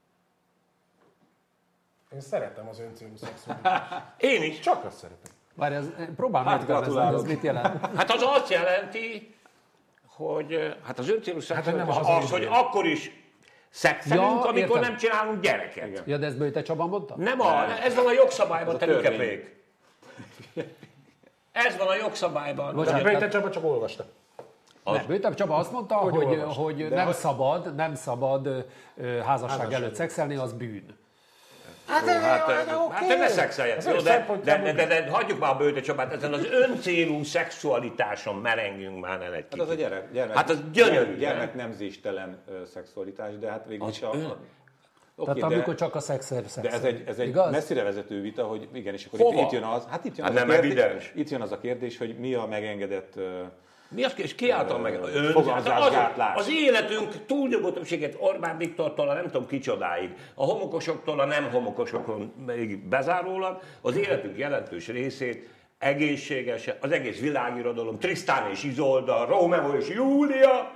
Én szeretem az öncélú szexualitást. Én is. Csak azt szeretem. Várj, próbálj megkérdezni, ez mit jelent? Hát az azt jelenti, hogy az öncélú szexualitás hogy akkor is szexelünk, amikor nem csinálunk gyereket. Igen. Ja, de ezt Böjte Csaba mondta? Nem, ez van a jogszabályban, te lükepék. Ez van a jogszabályban. Böjte Csaba csak olvasta. Böjte Csaba azt mondta, hogy nem szabad házasság előtt szexelni, az bűn. Hát ne szexeljet, de hagyjuk már a Böjte Csabát, ezen az öncélú szexualitáson merengünk már el egy kicsit. Hát az a gyermek. Hát az gyönyörű. Gyermeknemzéstelen szexualitás, de hát végül is tehát amikor csak a szexel. De ez egy messzire vezető vita, hogy igen, és akkor itt jön az. Hát itt jön az a kérdés, hogy mi a megengedett... Mi az, és ki által meg? Az életünk túlnyomó többséget Orbán Viktortól a nem tudom kicsodáig, a homokosoktól a nem homokosokon bezárólag, az életünk jelentős részét egészségesen, az egész világirodalom, Tristan és Izolda, Rómeó és Júlia,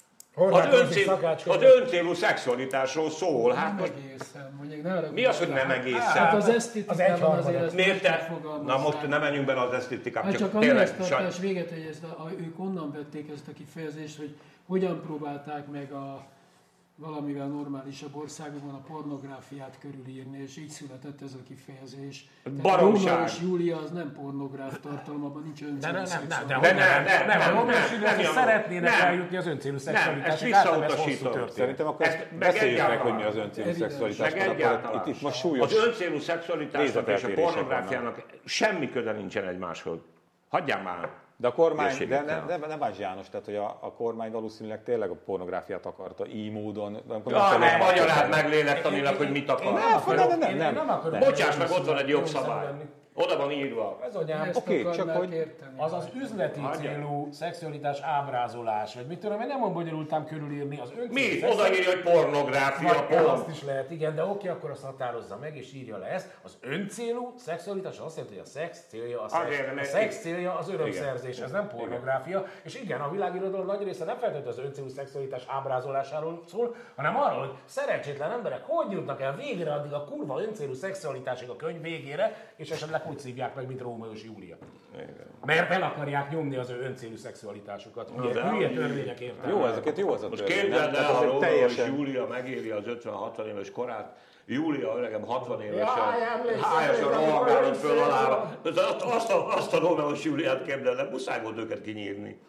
az öncélú szexualitásról szól. Hát most, mi az, hogy nem egészen? Hát az esztétikában azért miért na most nem menjünk bele az esztétikába. Hát csak a háztartás véget, hogy ők onnan vették ezt a kifejezést, hogy hogyan próbálták meg valamivel normálisabb országokban a pornográfiát körülírni, és így született ez a kifejezés. Baromság! Rómeó és Júlia az nem pornográf tartalom, abban nincs öncélú szexualitás. Nem, a Rómeó és Júlia szeretnének eljutni az öncélú szexualitásig. Nem, ezt visszautasítom. Szerintem akkor beszéljük meg, hogy mi az öncélú szexualitás. Itt most súlyos. Az öncélú szexualitásnak és a pornográfiának semmi köze nincsen egymáshoz. Hagyjál már! De a kormány, de más János, tehát hogy a kormány valószínűleg tényleg a pornográfiát akarta így módon. Nem magyarád meg lélektanilag, hogy mit akar. Nem. Bocsáss meg, ott van egy jogszabály. Oda van írva. Ez anyám, oké, csak hogy az az üzleti célú szexualitás ábrázolás, vagy mit tudom, én nem olyan bonyolultám körülírni az Mi? Odaírja, hogy pornográfia, azt is lehet, igen, de oké, akkor azt határozza meg, és írja le ezt. Az öncélú szexualitás azt jelenti, hogy a szex célja a szex célja az örömszerzés, ez nem pornográfia. És igen, a világirodalom nagy része nem feltétlenül az öncélú szexualitás ábrázolásáról szól, hanem arról, hogy szerencsétlen emberek hogy jutnak el végre addig a kurva öncélú szexualitásig a könyv végére, és esetleg úgy szívják meg, mint Rómeó és Júlia. Mert el akarják nyomni az ő öncélú szexualitásukat. Hülye törvények értelme. Jó, ezeket jó az a törvény. Most képzeld el, ha Rómeó és Júlia megéri az 50-60 éves korát, Júlia öregem 60 évesen, hájasan rohangálod föl alá. Azt a Rómeó és Júliát képzeld el, muszáj volt őket kinyírni.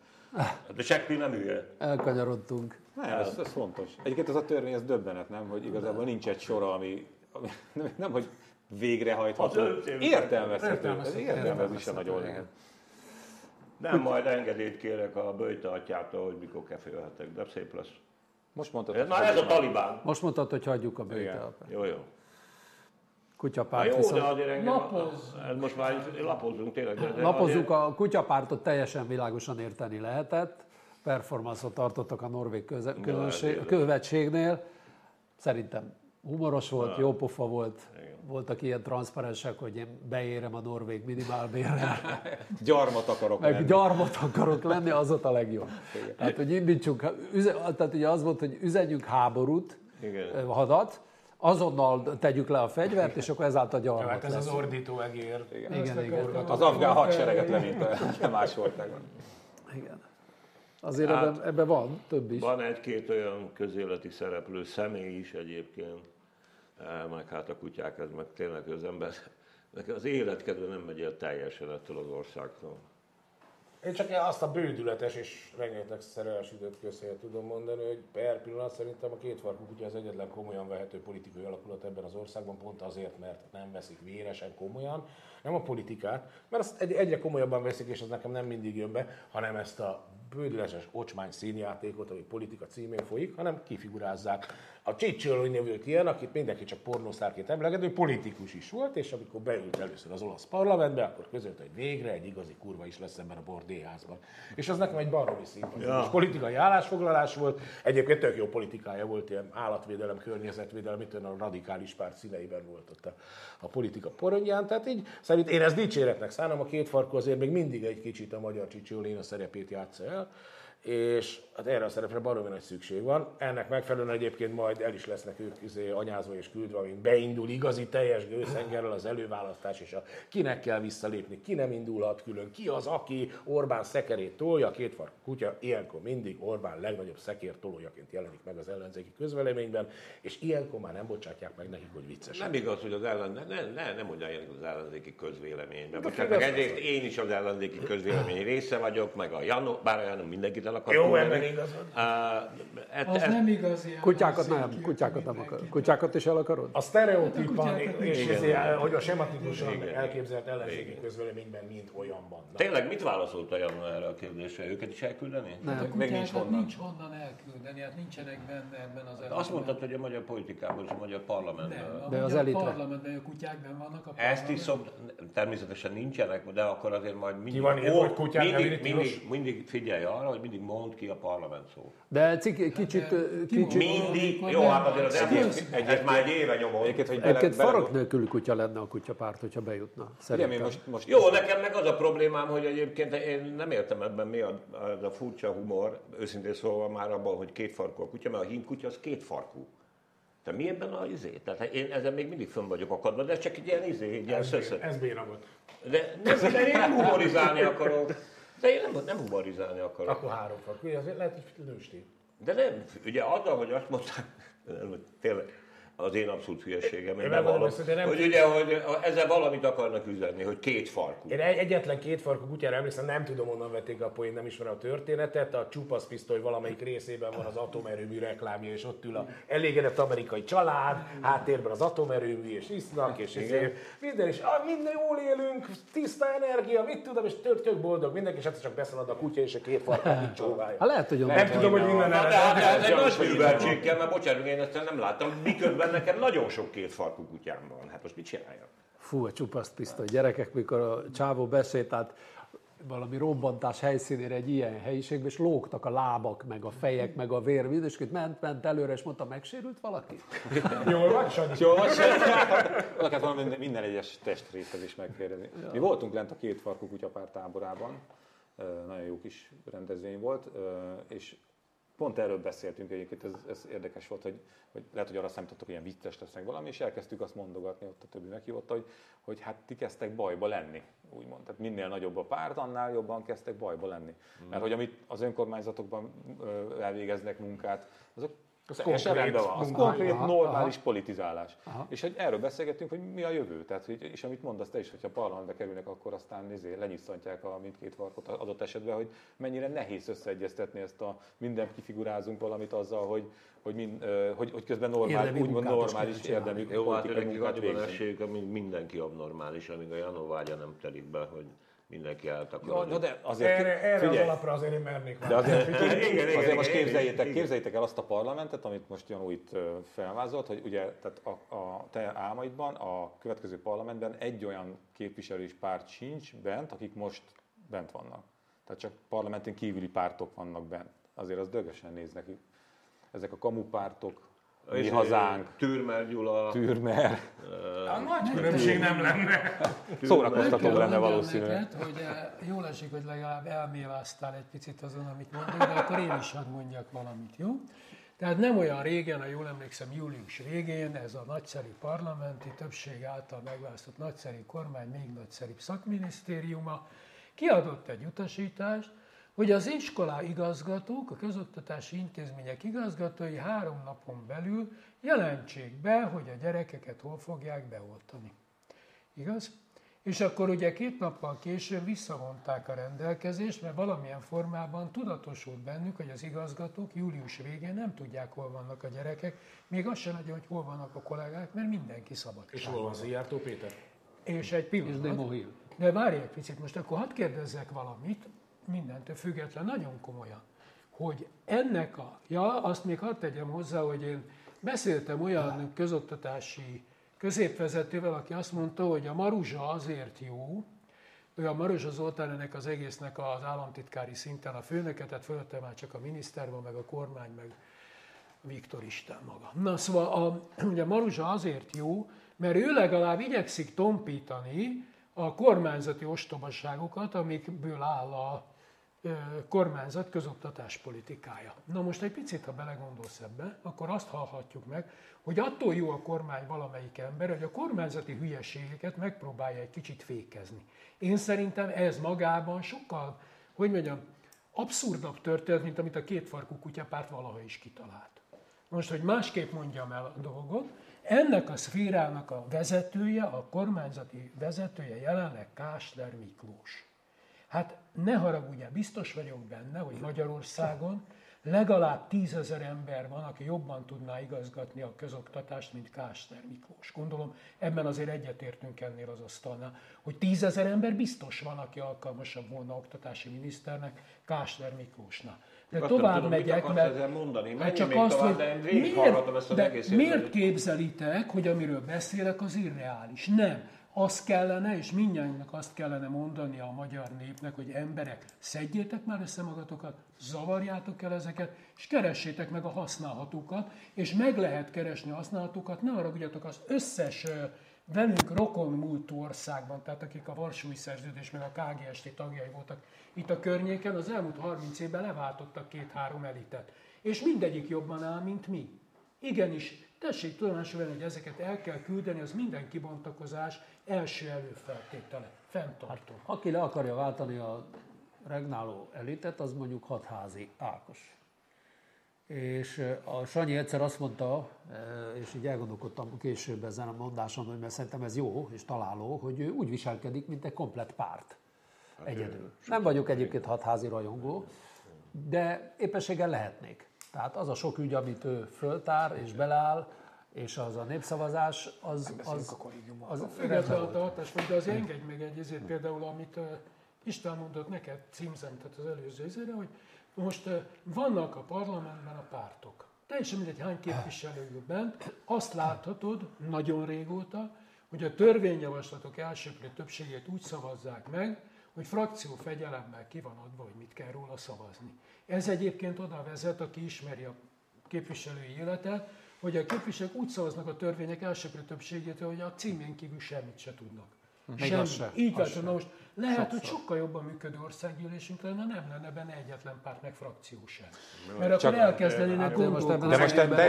De Shakespeare nem hülye. Elkanyarodtunk. Nem, ez fontos. Egyébként ez a törvény, ez döbbenet, nem? Hogy igazából nincs egy sora, ami nem, hogy végrehajtható. Értelmezhető. Ez is nagyon lehet. Nem, majd engedélyt kérek a Böjte atyától, hogy mikor kefélhetek, de szép lesz. Most mondtad, ez a Talibán. Most mondtad, hogy hagyjuk a Böjte apát. Jó. Kutyapárt jó, viszont... de azért engem... Most már lapozzunk tényleg. Lapozzunk, a kutyapártot teljesen világosan érteni lehetett. Performanszot tartottak a norvég követségnél. Szerintem humoros volt, jó pofa volt. Voltak ilyen transzparensek, hogy én beérem a norvég minimálbérrel. Gyarmat akarok lenni, az ott a legjobb. Tehát, hogy indítsunk, tehát ugye az volt, hogy üzenjünk háborút, hadat, azonnal tegyük le a fegyvert, és akkor ezáltal gyarmat hát ez lesz. Az ordító egér. Igen. Az afgán hadsereget levinte más országban. Igen. Azért hát, ebben van több is. Van egy-két olyan közéleti szereplő, személy is egyébként, meg hát a kutyák, ez meg tényleg az ember, az életkedve nem megy el teljesen ettől az országtól. Én csak azt a bődületes és rengeteg szereles időt közhelyet tudom mondani, hogy per pillanat szerintem a kétfarkú kutya az egyetlen komolyan vehető politikai alakulat ebben az országban, pont azért, mert nem veszik véresen komolyan, nem a politikát, mert azt egyre komolyabban veszik, és az nekem nem mindig jön be, hanem ezt a bődületes ocsmány színjátékot, ami politika címén folyik, hanem kifigurázzák. A Cicciolini nevű ilyen, akit mindenki csak pornósztárként emleget, ő politikus is volt, és amikor beült először az olasz parlamentbe, akkor közölte, hogy végre egy igazi kurva is lesz ebben a bordélyházban. És az nekem egy baromi szimpatikus politikai állásfoglalás volt. Egyébként tök jó politikája volt, ilyen állatvédelem, környezetvédelem, mit a radikális párt színeiben volt ott a politika porondján. Tehát így szerint én ezt dicséretnek szánom, a kétfarkú azért még mindig egy kicsit a magyar Cicciolini a szerepét játsza el. És hát erre a szerepre baromi nagy szükség van. Ennek megfelelően egyébként majd el is lesznek ők anyázva és küldve, amint beindul igazi teljes gőzhengerrel az előválasztás, és kinek kell visszalépni, ki nem indulhat külön, ki az, aki Orbán szekerét tolja, a kétfarkú kutya ilyenkor mindig Orbán legnagyobb szekértolójaként jelenik meg az ellenzéki közvéleményben, és ilyenkor már nem bocsátják meg nekik, hogy vicces. Nem igaz, hogy az nem mondják az ellenzéki közvéleményben. Egyrészt én is az ellenzéki közvélemény része vagyok, meg a Janó, bár a Janó mindenkit el akar. Jó, ebben igazad. Az nem igazi. Kutyákat nem akar. Kutyákat is el akarod? A sztereotípan, és hogy a sematikusan elképzelt ellenzéki közvéleményben mind olyanban. Tényleg mit válaszolt a Janó erre a kérdésre? Őket is elküldeni? Nem, még nincs honnan elküldeni, hát nincsenek benne ebben az elitben. Azt mondtad, hogy a magyar politikában és a magyar parlamentben. De az elitre. Parlamentben a kutyák benn vannak a parlamentben. Ezt is természetesen nincsenek, de akkor azért majd mindig figyelj arra, hogy mindig mond ki a parlament szó. De kicsit... Mindig, jó, hát azért az ez már egy éve nyomod. Egyébként farok nélküli kutya lenne a kutyapárt, hogyha bejutna. Igen, most jó, nekem meg az a problémám, hogy egyébként én nem értem ebben mi az a furcsa humor, őszintén szólva már abban, hogy kétfarkú a kutya, mert a hímkutya az kétfarkú. De mi ebben az izé? Tehát én ezen még mindig fönn vagyok akadva, de ez csak egy ilyen izé, egy ilyen szöszöt. Ez bénagot. De én nem humorizálni akarok. De én nem humorizálni akarok. Akkor háromfarkú, azért lehet, hogy nőstény. De nem, ugye azzal, hogy azt mondták, tényleg az én abszolút hülyeségem, hogy ezzel valamit akarnak üzenni, hogy kétfarkú. Én egyetlen kétfarkú kutyára emlékszem, nem tudom, onnan vették a poén, nem ismerem a történetet. A csupaszpisztoly valamelyik részében van az atomerőmű reklámja, és ott ül a elégedett amerikai család, háttérben az atomerőmű, és isznak, és minden, és minden jól élünk, tiszta energia, mit tudom, és tök boldog mindenki, és hát csak beszalad a kutya, és a kétfarkú így csóválja. Lehet, hogy nem tudom, hogy minden ez egy nagy műveltség kell, mert bocsánat, én ezt nem láttam, miközben nekem nagyon sok kétfarkú kutyám van. Hát most mit csináljak? Fú, a csupaszpisztoly gyerekek, mikor a csávó besétált valami robbantás helyszínére egy ilyen helyiségbe, és lógtak a lábak, meg a fejek, meg a vér, és ment előre, és mondta, megsérült valaki? Jól vagy, Sanyi? Jól vagy, Sanyi? Valami minden egyes testrészhez is megkérdezni. Mi voltunk lent a kétfarkú kutyapár táborában, nagyon jó kis rendezvény volt, és pont erről beszéltünk egyébként, ez érdekes volt, hogy lehet, hogy arra számítottak, hogy ilyen vicces lesznek valami, és elkezdtük azt mondogatni, ott a többi meghívotta, hogy hát ti kezdtek bajba lenni, úgymond. Tehát minél nagyobb a párt, annál jobban kezdtek bajba lenni. Mert hogy amit az önkormányzatokban elvégeznek munkát, azok konkrét, normális politizálás. Aha. És hogy erről beszélgettünk, hogy mi a jövő. Tehát, és amit mondasz te is, hogyha a parlamentbe kerülnek, akkor aztán lenyisszantják a mindkét farkot adott esetben, hogy mennyire nehéz összeegyeztetni ezt a mindent kifigurázunk valamit azzal, hogy közben normális érdemi politikai munkát végzünk. Mindenki abnormális, amíg a Janó vágya nem telik be, hogy mindenki eltakarod. Ja, de azért, erre az alapra azért én mernék de azért most képzeljétek el azt a parlamentet, amit most Janó itt felvázolt, hogy ugye tehát a te álmaidban, a következő parlamentben egy olyan képviselő és párt sincs bent, akik most bent vannak. Tehát csak parlamenten kívüli pártok vannak bent. Azért az dögösen néz neki. Ezek a kamupártok, Mi Hazánk, Türmer Gyula. Türmer. Nagy különbség nem lenne. Szórakoztatóbb lenne valószínűleg. Hogy jól esik, hogy legalább elméláztál egy picit azon, amit mondok, de akkor én is hadd mondjak valamit, jó? Tehát nem olyan régen, ha jól emlékszem, július végén ez a nagyszerű parlamenti többség által megválasztott nagyszerű kormány, még nagyszerűbb szakminisztériuma kiadott egy utasítást, hogy az iskolá igazgatók, a közoktatási intézmények igazgatói 3 napon belül jelentsék be, hogy a gyerekeket hol fogják beoltani. Igaz? És akkor ugye 2 nappal később visszavonták a rendelkezést, mert valamilyen formában tudatosult bennük, hogy az igazgatók július végén nem tudják, hol vannak a gyerekek, még azt sem adja, hogy hol vannak a kollégák, mert mindenki szabadság. És hol van Szijjártó Péter? És egy pillanat. De várj egy picit, most akkor hadd kérdezzek valamit, mindentől független, nagyon komolyan, hogy ennek azt még hadd tegyem hozzá, hogy én beszéltem olyan közoktatási középvezetővel, aki azt mondta, hogy a Maruzsa azért jó, ő a Maruzsa Zoltán ennek az egésznek az államtitkári szinten a főnöke, tehát fölötte már csak a miniszter van, meg a kormány, meg Viktor Isten maga. Na szóval ugye Maruzsa azért jó, mert ő legalább igyekszik tompítani a kormányzati ostobaságokat, amikből áll a kormányzat közoktatás politikája. Na most egy picit, ha belegondolsz ebbe, akkor azt hallhatjuk meg, hogy attól jó a kormány valamelyik ember, hogy a kormányzati hülyeségeket megpróbálja egy kicsit fékezni. Én szerintem ez magában sokkal, hogy mondjam, abszurdabb történet, mint amit a kétfarkú kutyapárt valaha is kitalált. Most, hogy másképp mondjam el a dolgot, ennek a szférának a vezetője, a kormányzati vezetője jelenleg Kásler Miklós. Hát ne haragudjál, biztos vagyok benne, hogy Magyarországon legalább 10 000 ember van, aki jobban tudná igazgatni a közoktatást, mint Kásler Miklós. Gondolom, ebben azért egyetértünk ennél az asztalnál, hogy 10 000 ember biztos van, aki alkalmasabb volna oktatási miniszternek Kásler Miklósnál. De azt tovább megyek, mert csak azt, hogy miért képzelitek, hogy amiről beszélek, az irreális? Nem. Azt kellene, és mindnyájunknak azt kellene mondani a magyar népnek, hogy emberek, szedjétek már össze magatokat, zavarjátok el ezeket, és keressétek meg a használhatókat, és meg lehet keresni a használhatókat, ne haragudjatok, az összes velünk rokon múltú országban, tehát akik a Varsói Szerződés meg a KGST tagjai voltak itt a környéken, az elmúlt 30 évben leváltottak 2-3 elitet. És mindegyik jobban áll, mint mi. Igenis, tessék tudomásul venni, hogy ezeket el kell küldeni, az minden kibontakozás első előfeltétele. Fenntartó. Hát, aki le akarja váltani a regnáló elitet, az mondjuk Hatházi Ákos. És a Sanyi egyszer azt mondta, és így elgondolkodtam később ezen a mondáson, hogy mert szerintem ez jó és találó, hogy ő úgy viselkedik, mint egy komplett párt. Egyedül. Nem vagyok egyébként hatházi rajongó, de éppenséggel lehetnék. Tehát az a sok ügy, amit ő föltár és beleáll, és az a népszavazás, az függetlenül a hatásfok, de azért engedj meg egy ezért például, amit István mondott neked címzem, tehát az előző izére, hogy most vannak a parlamentben a pártok. Teljesen mindegy, hány képviselő bent, azt láthatod nagyon régóta, hogy a törvényjavaslatok elsőprő többségét úgy szavazzák meg, hogy frakció fegyelemmel ki van adva, hogy mit kell róla szavazni. Ez egyébként oda vezet, aki ismeri a képviselői életet, hogy a képviselők úgy szavaznak a törvények elsőprő többségét, hogy a címén kívül semmit se tudnak. Semmi. Így van, na most lehet, hogy sokkal jobban működő országgyűlésünk lenne, nem lenne benne egyetlen párt, meg frakció sem. Mert akkor elkezdenének gondolkodni. De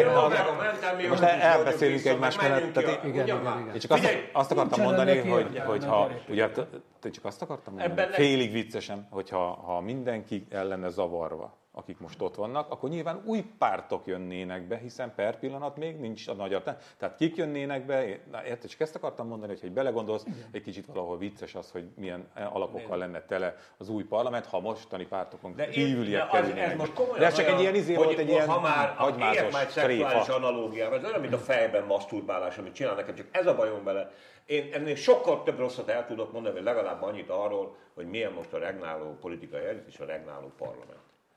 most elbeszélünk egymás mellett. Én csak azt akartam mondani, hogy ha ugye csak azt akartam mondani, félig viccesen, hogyha mindenki ellene zavarva, akik most ott vannak, akkor nyilván új pártok jönnének be, hiszen per pillanat még nincs a nagy arra. Tehát kik jönnének be, érted, csak ezt akartam mondani, hogy belegondolsz, egy kicsit valahol vicces az, hogy milyen alapokkal lenne tele az új parlament, ha mostani pártokon kívüliek kerülnének. De ez csak egy ilyen izé volt, egy ilyen hagymázos szexuális analógiával, ez olyan, mint a fejben maszturbálás, amit csinál nekem, csak ez a bajom vele. Én ennél sokkal több rosszat el tudok mondani, vagy legalább annyit arról, hogy milyen most a regnáló politikai elit és a regnáló parlament.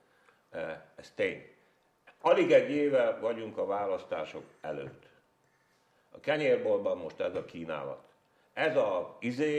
Ez tény. Alig egy éve vagyunk a választások előtt. A kenyérboltban most ez a kínálat. Ez a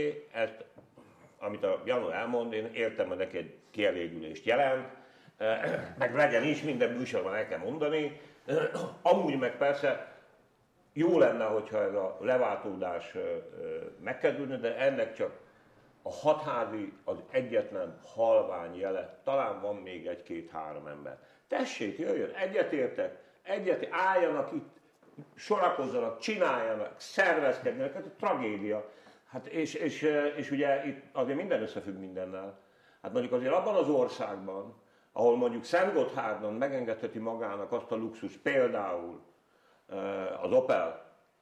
amit a Janu elmond, én értem, hogy neki egy kielégülést jelent, meg legyen is, minden műsorban el kell mondani. Amúgy meg persze jó lenne, hogyha ez a leváltódás megkezdődne, de ennek csak a hatházi az egyetlen halvány jele, talán van még egy-két-három ember. Tessék, jöjjön, egyetértek, álljanak itt, sorakozzanak, csináljanak, szervezkedjenek, ez a tragédia. Hát és ugye itt azért minden összefügg mindennel. Hát mondjuk azért abban az országban, ahol mondjuk Szentgotthárdon megengedheti magának azt a luxus, például az Opel,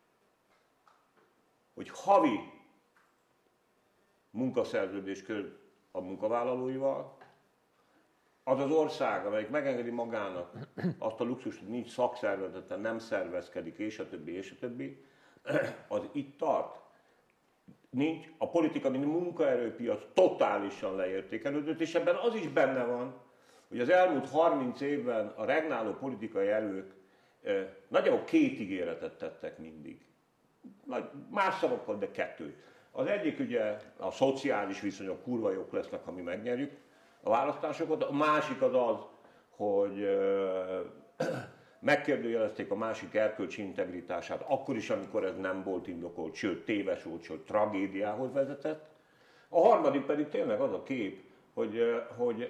hogy havi munkaszerződés köt a munkavállalóival, az az ország, amelyik megengedi magának azt a luxust, hogy nincs szakszervezete, nem szervezkedik, és a többi, az itt tart. Nincs, a politika, mint munkaerőpiac totálisan leértékelődött, és ebben az is benne van, hogy az elmúlt 30 évben a regnáló politikai erők nagyjából 2 ígéretet tettek mindig. Más szavakkal, de 2. Az egyik ugye a szociális viszonyok kurva jók lesznek, ha mi megnyerjük a választásokat. A másik az, hogy megkérdőjelezték a másik erkölcsi integritását, akkor is, amikor ez nem volt indokolt, sőt téves volt, sőt tragédiához vezetett. A harmadik pedig tényleg az a kép, hogy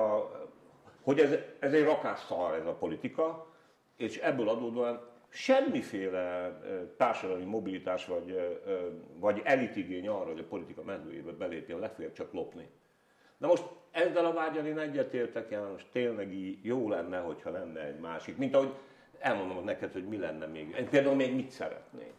ez egy rakásszar ez a politika, és ebből adódóan semmiféle társadalmi mobilitás vagy elitigény arra, hogy a politika mezőjébe belépjen, legfeljebb csak lopni. Na most ezzel a vágyal én egyetértek, János, tényleg jó lenne, hogyha lenne egy másik. Mint ahogy elmondom neked, hogy mi lenne még. Én például még mit szeretnék.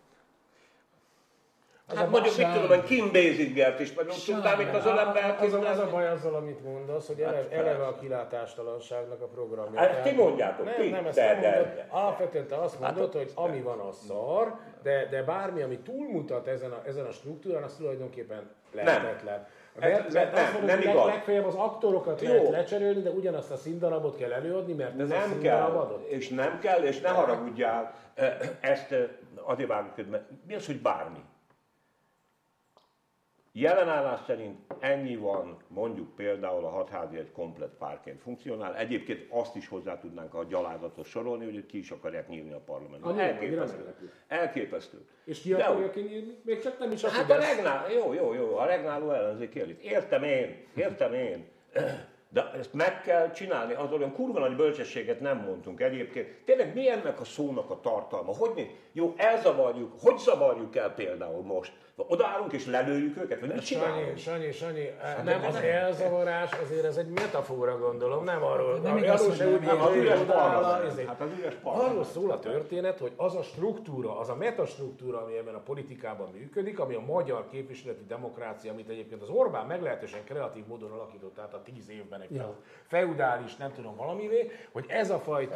Hát mondjuk, mit tudom, hogy Kim Basic-gert is, vagy tudnám itt az ölembe elképzelni. Az a baj azzal, amit mondasz, hogy eleve a kilátástalanságnak a programja. Hát ti mondjátok, nem, ezt nem mondod. Alapvetően te azt mondod, hogy ami van, az szar, de bármi, ami túlmutat ezen a struktúrán, az tulajdonképpen lehetetlen. Nem igaz. Legfeljebb az aktorokat lehet lecserélni, de ugyanazt a színdarabot kell előadni, mert ez nem a színdarab adott. És nem kell, és ne haragudjál, ezt azért vágjuk, mert mi az, hogy bármi? Jelen állás szerint ennyi van, mondjuk például a hatházi egy komplett pártként funkcionál. Egyébként azt is hozzá tudnánk a gyalázatot sorolni, hogy ki is akarják nyírni a parlamentben. Elképesztő. És ki akarja kinyírni? Még csak nem is hát a regnáló ellenzéki elit. Értem én. De ezt meg kell csinálni, az olyan kurva nagy bölcsességet nem mondtunk egyébként. Tényleg mi ennek a szónak a tartalma? Jó, elzavarjuk, hogy zavarjuk el például most? Odaállunk és lelőjük őket, vagy mit csinálunk? Sanyi, nem az elzavarás, azért ez egy metafora, gondolom, nem arról. Nem igaz, hogy az üres parla. Arról szól a történet, hogy az a struktúra, az a metastruktúra, ami ebben a politikában működik, ami a magyar képviseleti demokrácia, amit egyébként az Orbán meglehetősen kreatív módon alakított át a 10 évben egy feudális, nem tudom valamivé, hogy ez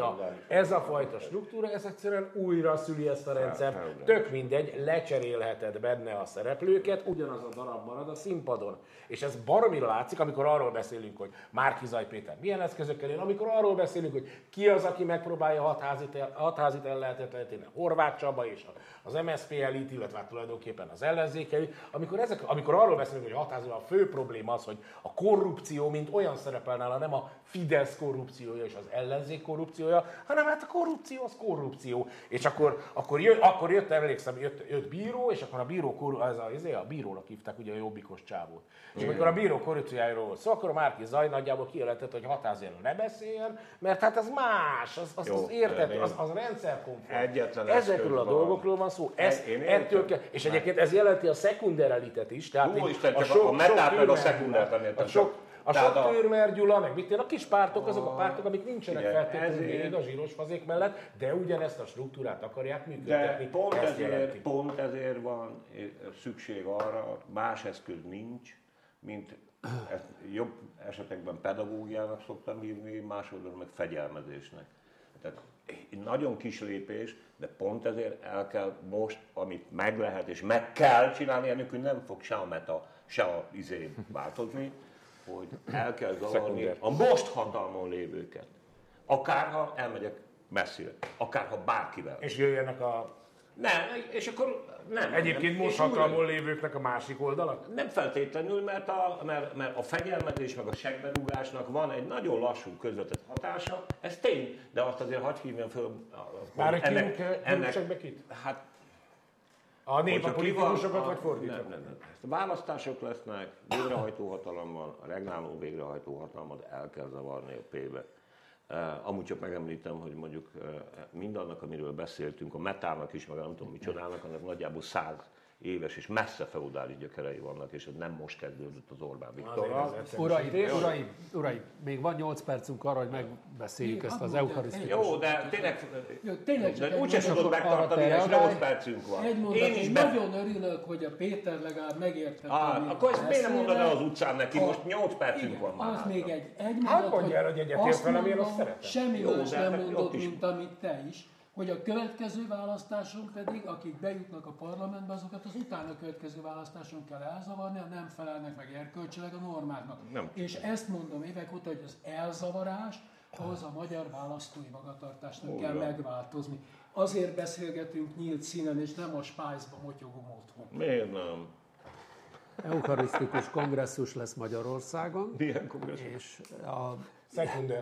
a fajta struktúra, ez egyszerűen újra szüli ezt a rendszert. Tök mindegy, lecserélheted benne a szereplőket, ugyanaz a darab marad a színpadon. És ez baromira látszik, amikor arról beszélünk, hogy Márki-Zay Péter milyen eszközökkel jön, amikor arról beszélünk, hogy ki az, aki megpróbálja hatházit ellehetetleníteni, Horváth Csaba és az MSZP elit, illetve tulajdonképpen az ellenzék elit. Amikor arról beszélünk, hogy a hatházival a fő probléma az, hogy a korrupció, mint olyan szerepel nála, nem a Fidesz korrupciója és az ellenzék korrupciója, hanem hát a korrupció az korrupció. És akkor jött, emlékszem, jött bíró, és akkor a bíró a bírónak hívták ugye a jobbikos csávót. És amikor a bíró korrupciójáról szó, akkor a Márki-Zay nagyjából kijelentett, hogy hatháziról ne beszéljen, mert hát ez más, az érthető, az rendszerkonform. Ezekről a dolgokról van szó. És egyébként ez jelenti a szekunder elitet is. Tehát a metát meg a szekundert nem értem. A sok Türmer Gyula, meg mit a kis pártok, azok a pártok, amik nincsenek feltétlenül a zsíros fazék mellett, de ugyanezt a struktúrát akarják működtetni. Pont ezért van szükség arra, más eszköz nincs, mint jobb esetekben pedagógiának szoktam hívni, másoldalon meg fegyelmezésnek. Tehát nagyon kis lépés, de pont ezért el kell most, amit meg lehet és meg kell csinálni, enélkül nem fog se a meta, se a változni, hogy el kell zavarni a most hatalmon lévőket. Akárha elmegyek messzire, akárha bárkivel. És jöjjenek a... Nem, és akkor nem. Egyébként most hatalmon lévőknek a másik oldalak? Nem feltétlenül, mert a fegyelmezés meg a seggberúgásnak van egy nagyon lassú közvetett hatása. Ez tény, de azt azért hadd hívjam föl. Már egy segbe kit? Hát, a nép a politikusokat, vagy fordítva? Nem. Választások lesznek, végrehajtó hatalom van, a regnáló végrehajtó hatalmat el kell zavarni a P-be. Amúgy csak megemlítem, hogy mondjuk mindannak, amiről beszéltünk, a metának is, meg nem tudom micsodának, annak nagyjából 100 éves és messze feudális gyökerei vannak, és ez nem most kezdődött az Orbán Viktorral. Uraim, még van 8 percünk arra, hogy megbeszéljük ezt az eucharisztikus. Jó, de tényleg úgyse tudod megtartani, és 8 percünk van. Egy mondat, nagyon örülök, hogy a Péter legalább megértette. Akkor ezt miért nem mondod el az utcán neki, most 8 percünk van már. Az még egy mondat, hát mondjál, hogy egyetért velem, én azt szeretem. Semmi más nem mondott, mint amit te is. Hogy a következő választáson pedig, akik bejutnak a parlamentbe, azokat az utána következő választáson kell elzavarni, ha nem felelnek meg erkölcsileg a normáknak. És ezt mondom évek óta, hogy az elzavarás, ahhoz a magyar választói magatartásnak kell megváltozni. Azért beszélgetünk nyílt színen, és nem a Spice-ba motyogunk otthon. Miért nem? Eucharisztikus kongresszus lesz Magyarországon. Milyen kongresszus? És Szekunder.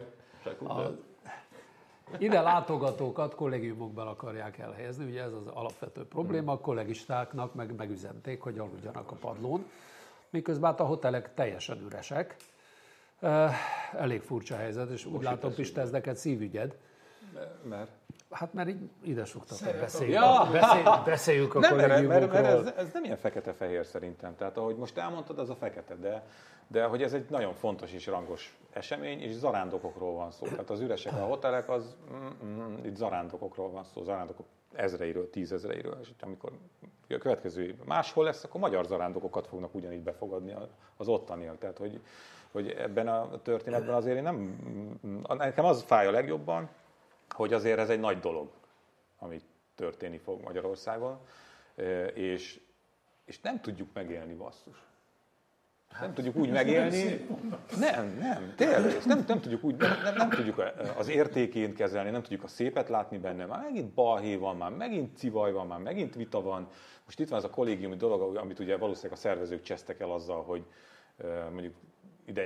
Ide látogatókat kollégiumokban akarják elhelyezni, ugye ez az alapvető probléma, a kollégistáknak megüzenték, hogy aludjanak a padlón, miközben hát a hotelek teljesen üresek. Elég furcsa helyzet, és úgy látom, Pista, ez neked szívügyed. Mert? Hát mert így ide soktak, hogy beszéljük a kollégiumokról. Mert ez nem ilyen fekete-fehér szerintem. Tehát ahogy most elmondtad, az a fekete, de hogy ez egy nagyon fontos és rangos esemény, és zarándokokról van szó. Tehát az üresek a hotelek, itt zarándokokról van szó, zarándokok ezreiről, 10 000-eiről. És amikor a következő évben máshol lesz, akkor magyar zarándokokat fognak ugyanígy befogadni az ottaniak. Tehát, hogy ebben a történetben azért nekem az fáj a legjobban, hogy azért ez egy nagy dolog, ami történni fog Magyarországon, és nem tudjuk megélni, basszus. Nem tudjuk úgy megélni. Nem, tényleg, nem tudjuk úgy, nem tudjuk az értékén kezelni, nem tudjuk a szépet látni benne. Már megint balhé van, már megint civaj van, már megint vita van. Most itt van ez a kollégiumi dolog, amit ugye valószínűleg a szervezők csesztek el azzal, hogy mondjuk ideje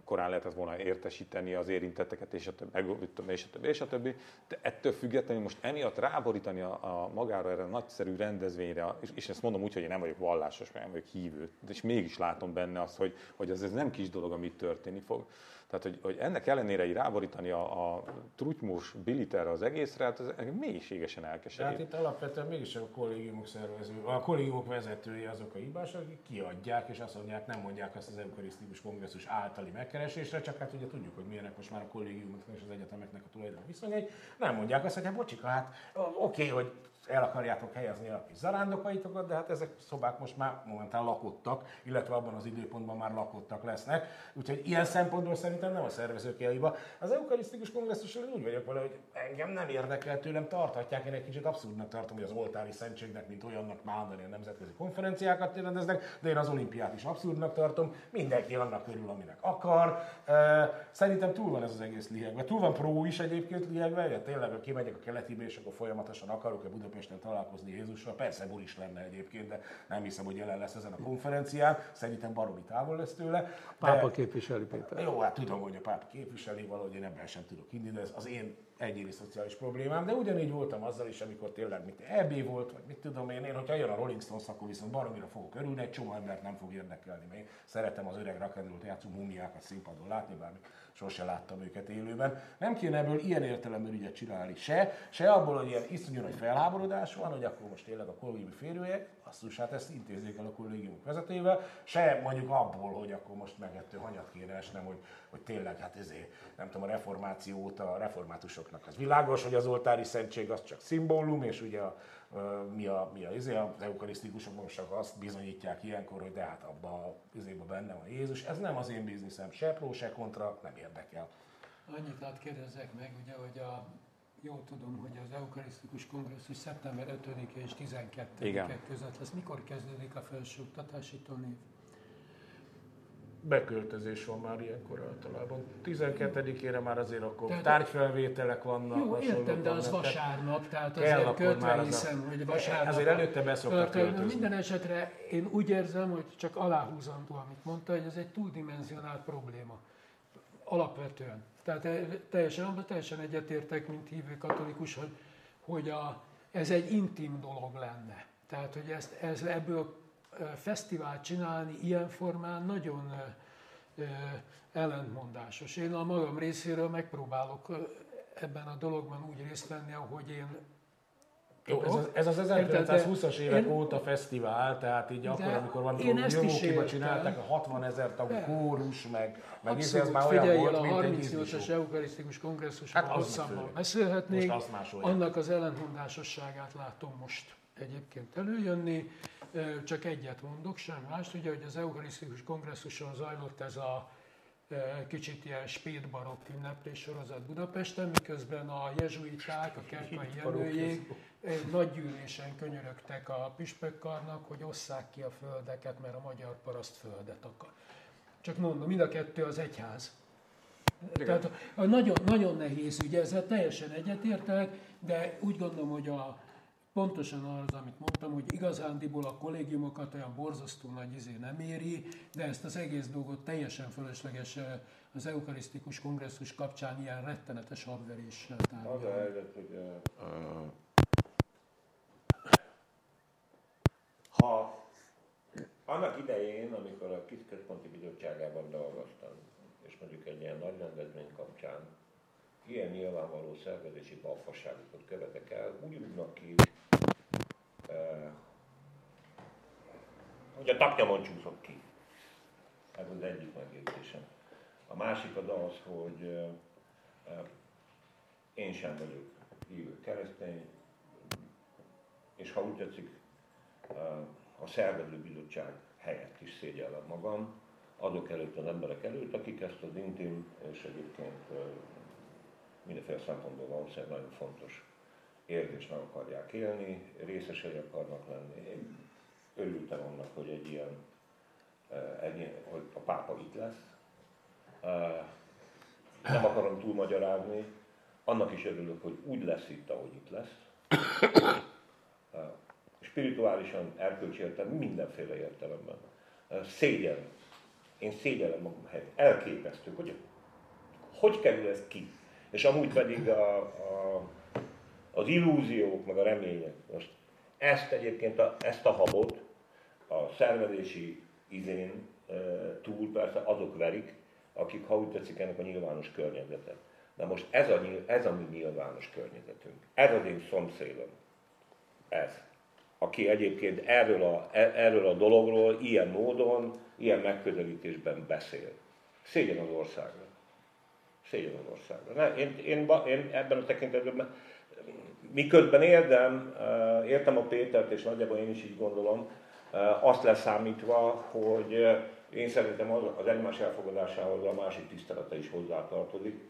korán lehetett volna értesíteni az érintetteket, és a többi. De ettől függetlenül most emiatt ráborítani a magára erre a nagyszerű rendezvényre, és ezt mondom úgy, hogy én nem vagyok vallásos, mert nem vagyok hívő, de és mégis látom benne azt, hogy ez nem kis dolog, amit történni fog. Tehát, hogy ennek ellenére így ráborítani a trutymós Billit erre az egészre, hát ez mélységesen elkeserít. Tehát itt alapvetően mégis a kollégiumok vezetői azok a hibásak, akik kiadják, és azt mondják, nem mondják azt az eukarisztikus kongresszus általi megkeresésre, csak hát ugye tudjuk, hogy milyenek most már a kollégiumoknak és az egyetemeknek a tulajdon viszonyai. Nem mondják azt, hogy hát bocsika, hát oké, hogy el akarjátok helyezni a kis zarándokaitokat, de hát ezek szobák most már momentán lakottak, illetve abban az időpontban már lakottak lesznek. Úgyhogy ilyen szempontból szerintem nem a szervezőké a hiba. Az eukarisztikus kongresszussal úgy vagyok vele, hogy engem nem érdekel, tőlem tarthatják. Én egy kicsit abszurdnak tartom, hogy az oltári szentségnek, mint olyannak mándani a nemzetközi konferenciákat rendeznek, de én az olimpiát is abszurdnak tartom. Mindenki annak örül, aminek akar. Szerintem túl van ez az egész lihegve. Túl van pró is egyébként lihegve, hogy tényleg, ha kimegyek a keletibe, és akkor folyamatosan akarok-e Budapesten találkozni Jézussal. Persze Bor is lenne egyébként, de nem hiszem, hogy jelen lesz ezen a konferencián. Szerintem baromi távol lesz tőle. Pápa képviseli, Péter. Jó, hát tudom, hogy a pápa képviseli, valahogy én ebben sem tudok hinni, de ez az én egyéni szociális problémám, de ugyanígy voltam azzal is, amikor tényleg EB volt, vagy mit tudom én, hogyha jön a Rolling Stones, akkor viszont baromira fogok örülni, egy csomó embert nem fog érdekelni, mert én szeretem az öreg rock and roll-t játszó mumiákat színpadon látni, bár sosem láttam őket élőben. Nem kéne ebből ilyen értelemben ügyet csinálni se abból, hogy ilyen iszonyú nagy felháborodás van, hogy akkor most tényleg a kollégiumi férőjek, azt hát ezt intézzék el a kollégiumok vezetőjével, se mondjuk abból, hogy akkor most megettő hanyat kéne esnem, hogy tényleg hát ezért, nem tudom, a reformáció óta a reformátusoknak az világos, hogy az oltári szentség az csak szimbólum, és ugye az eukarisztikusok most csak azt bizonyítják ilyenkor, hogy de hát abban az benne van Jézus. Ez nem az én bizniszem, se pró, se kontra, nem érdekel. Annyit kérdezzek meg, ugye, hogy jól tudom, hogy az eukarisztikus kongresszus szeptember 5-e és 12-e között lesz. Mikor kezdődik a felsőoktatási tanév? Beköltözés van már ilyenkor általában. 12-ére már azért akkor tárgyfelvételek vannak. Jó, értem, de az vasárnap, tehát azért kötve hiszem, hogy vasárnap. Azért előtte beszoktak költözni. Minden esetre én úgy érzem, hogy csak aláhúzandó, amit mondta, hogy ez egy túldimensionált probléma. Alapvetően. Tehát teljesen egyetértek, mint hívő katolikus, hogy ez egy intim dolog lenne. Tehát, hogy ebből fesztivált csinálni ilyen formán nagyon ellentmondásos. Én a magam részéről megpróbálok ebben a dologban úgy részt venni, ahogy én jó, ez az 1920-as évek óta fesztivál, tehát így akkor, amikor van Milwaukeeban csinálták a 60 000 tagú kórus, meg ez már olyan volt, mint egy Disney show. A 38-as eukarisztikus kongresszuson hosszabban beszélhetnék, annak az ellentmondásosságát látom most egyébként előjönni. Csak egyet mondok, sem mást, ugye, hogy az eukarisztikus kongresszuson zajlott ez a kicsit ilyen spétbarokk ünneplés sorozat Budapesten, miközben a jezsuiták, a Kerkai Jenőjék egy nagy gyűlésen könyörögtek a püspökkarnak, hogy osszák ki a földeket, mert a magyar paraszt földet akar. Csak mondom, mind a kettő az egyház. Tehát nagyon, nagyon nehéz ügy, ezzel teljesen egyetértek, de úgy gondolom, hogy pontosan az, amit mondtam, hogy igazándiból a kollégiumokat olyan borzasztó nagy nem éri, de ezt az egész dolgot teljesen fölösleges az eukarisztikus kongresszus kapcsán ilyen rettenetes hadveréssel tárgyalni. Az a helyzet, hogy ha annak idején, amikor a KISZ Központi Bizottságában dolgoztam, és mondjuk egy ilyen nagy rendezvény kapcsán ilyen nyilvánvaló szervezési balfasságokat követek el, úgy rúgnak ki, hogy a taknyamon csúszott ki. Ez az egyik megjegyzésem. A másik az, hogy én sem vagyok hívő keresztény, és ha úgy tetszik, a szervezőbizottság helyett is szégyellem magam, azok előtt az emberek előtt, akik ezt az intim és egyébként mindenféle szempontból valószínűleg nagyon fontos érzést meg akarják élni, részesei akarnak lenni. Én örültem annak, hogy egy ilyen, hogy a pápa itt lesz. Nem akarom túlmagyarázni, annak is örülök, hogy úgy lesz itt, ahogy itt lesz. Spirituálisan, erkölcsi értelemben, mindenféle értelemben. Szégyen Én szégyellem magam helyett. Elképesztő, hogy kerül ez ki? És amúgy pedig az illúziók, meg a remények. Most ezt egyébként, ezt a habot a szervezési izén túl persze azok verik, akik, ha úgy tetszik, ennek a nyilvános környezetet. De most ez a mi nyilvános környezetünk. Ez az én szomszédom. Ez. Aki egyébként erről a dologról ilyen módon, ilyen megközelítésben beszél. Szégyen az országra. Szégyen az országra. Én ebben a tekintetben, miközben értem a Pétert, és nagyjából én is így gondolom, azt leszámítva, hogy én szerintem az egymás elfogadásához a másik tisztelete is hozzátartozik,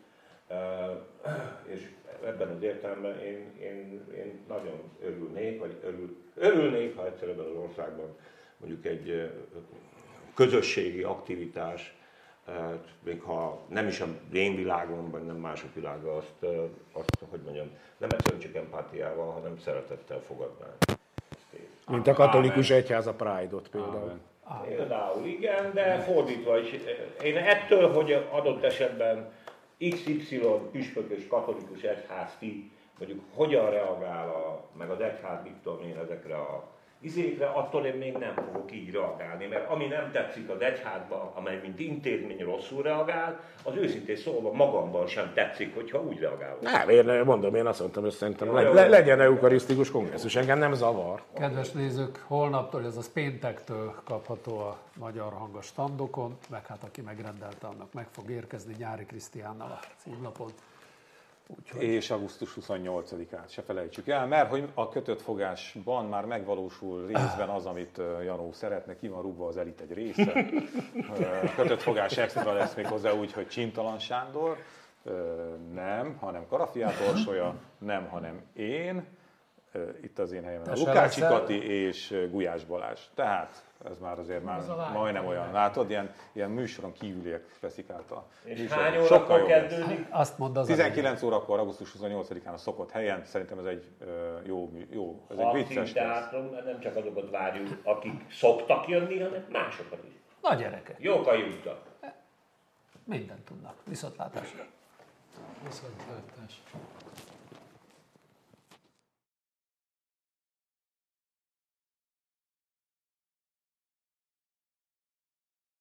és ebben az értelemben én nagyon örülnék, ha egyszer ebben az országban mondjuk egy közösségi aktivitás, még ha nem is a én világom, vagy nem mások világa, azt hogy mondjam, nem egyszerűen csak empátiával, hanem szeretettel fogadnánk. Mint a katolikus egyház a Pride-ot például. Például igen, de fordítva is. Én ettől, hogy adott esetben XY püspök és katolikus egyházti mondjuk hogyan reagál meg az egyház, mit tudom én, ezekre a izékre, attól én még nem fogok így reagálni, mert ami nem tetszik az egyházban, amely mint intézmény rosszul reagál, az őszintén szólva magamban sem tetszik, hogyha úgy reagálok. Nem, én azt mondtam, hogy szerintem legyen eukarisztikus kongresszus, engem nem zavar. Kedves nézők, holnaptól, azaz péntektől kapható a Magyar Hang a standokon, meg hát aki megrendelte, annak meg fog érkezni Nyári Krisztiánnal a címlapon. Úgyhogy. És augusztus 28-át se felejtsük el, mert hogy a kötött fogásban már megvalósul részben az, amit Janó szeretne, ki van rúgva az elit egy része. Kötött fogás extra lesz még hozzá úgy, hogy Csintalan Sándor, nem, hanem Karafiát orsolya, nem, hanem én, itt az én helyemen a Lukácsi Kati és Gulyás Balázs. Tehát ez már azért már majdnem olyan, látod, ilyen műsoron kívüliek veszik át a és hány órakor kezdődik? Azt mondd az 19 órakor, augusztus 28-án a szokott helyen, szerintem ez egy jó, ez egy vicces teátrum, nem csak azokat várjuk, akik szoktak jönni, hanem másokat is. Na gyerekek! Jók a juttak. Mindent tudnak. Viszontlátásra! Viszontlátásra!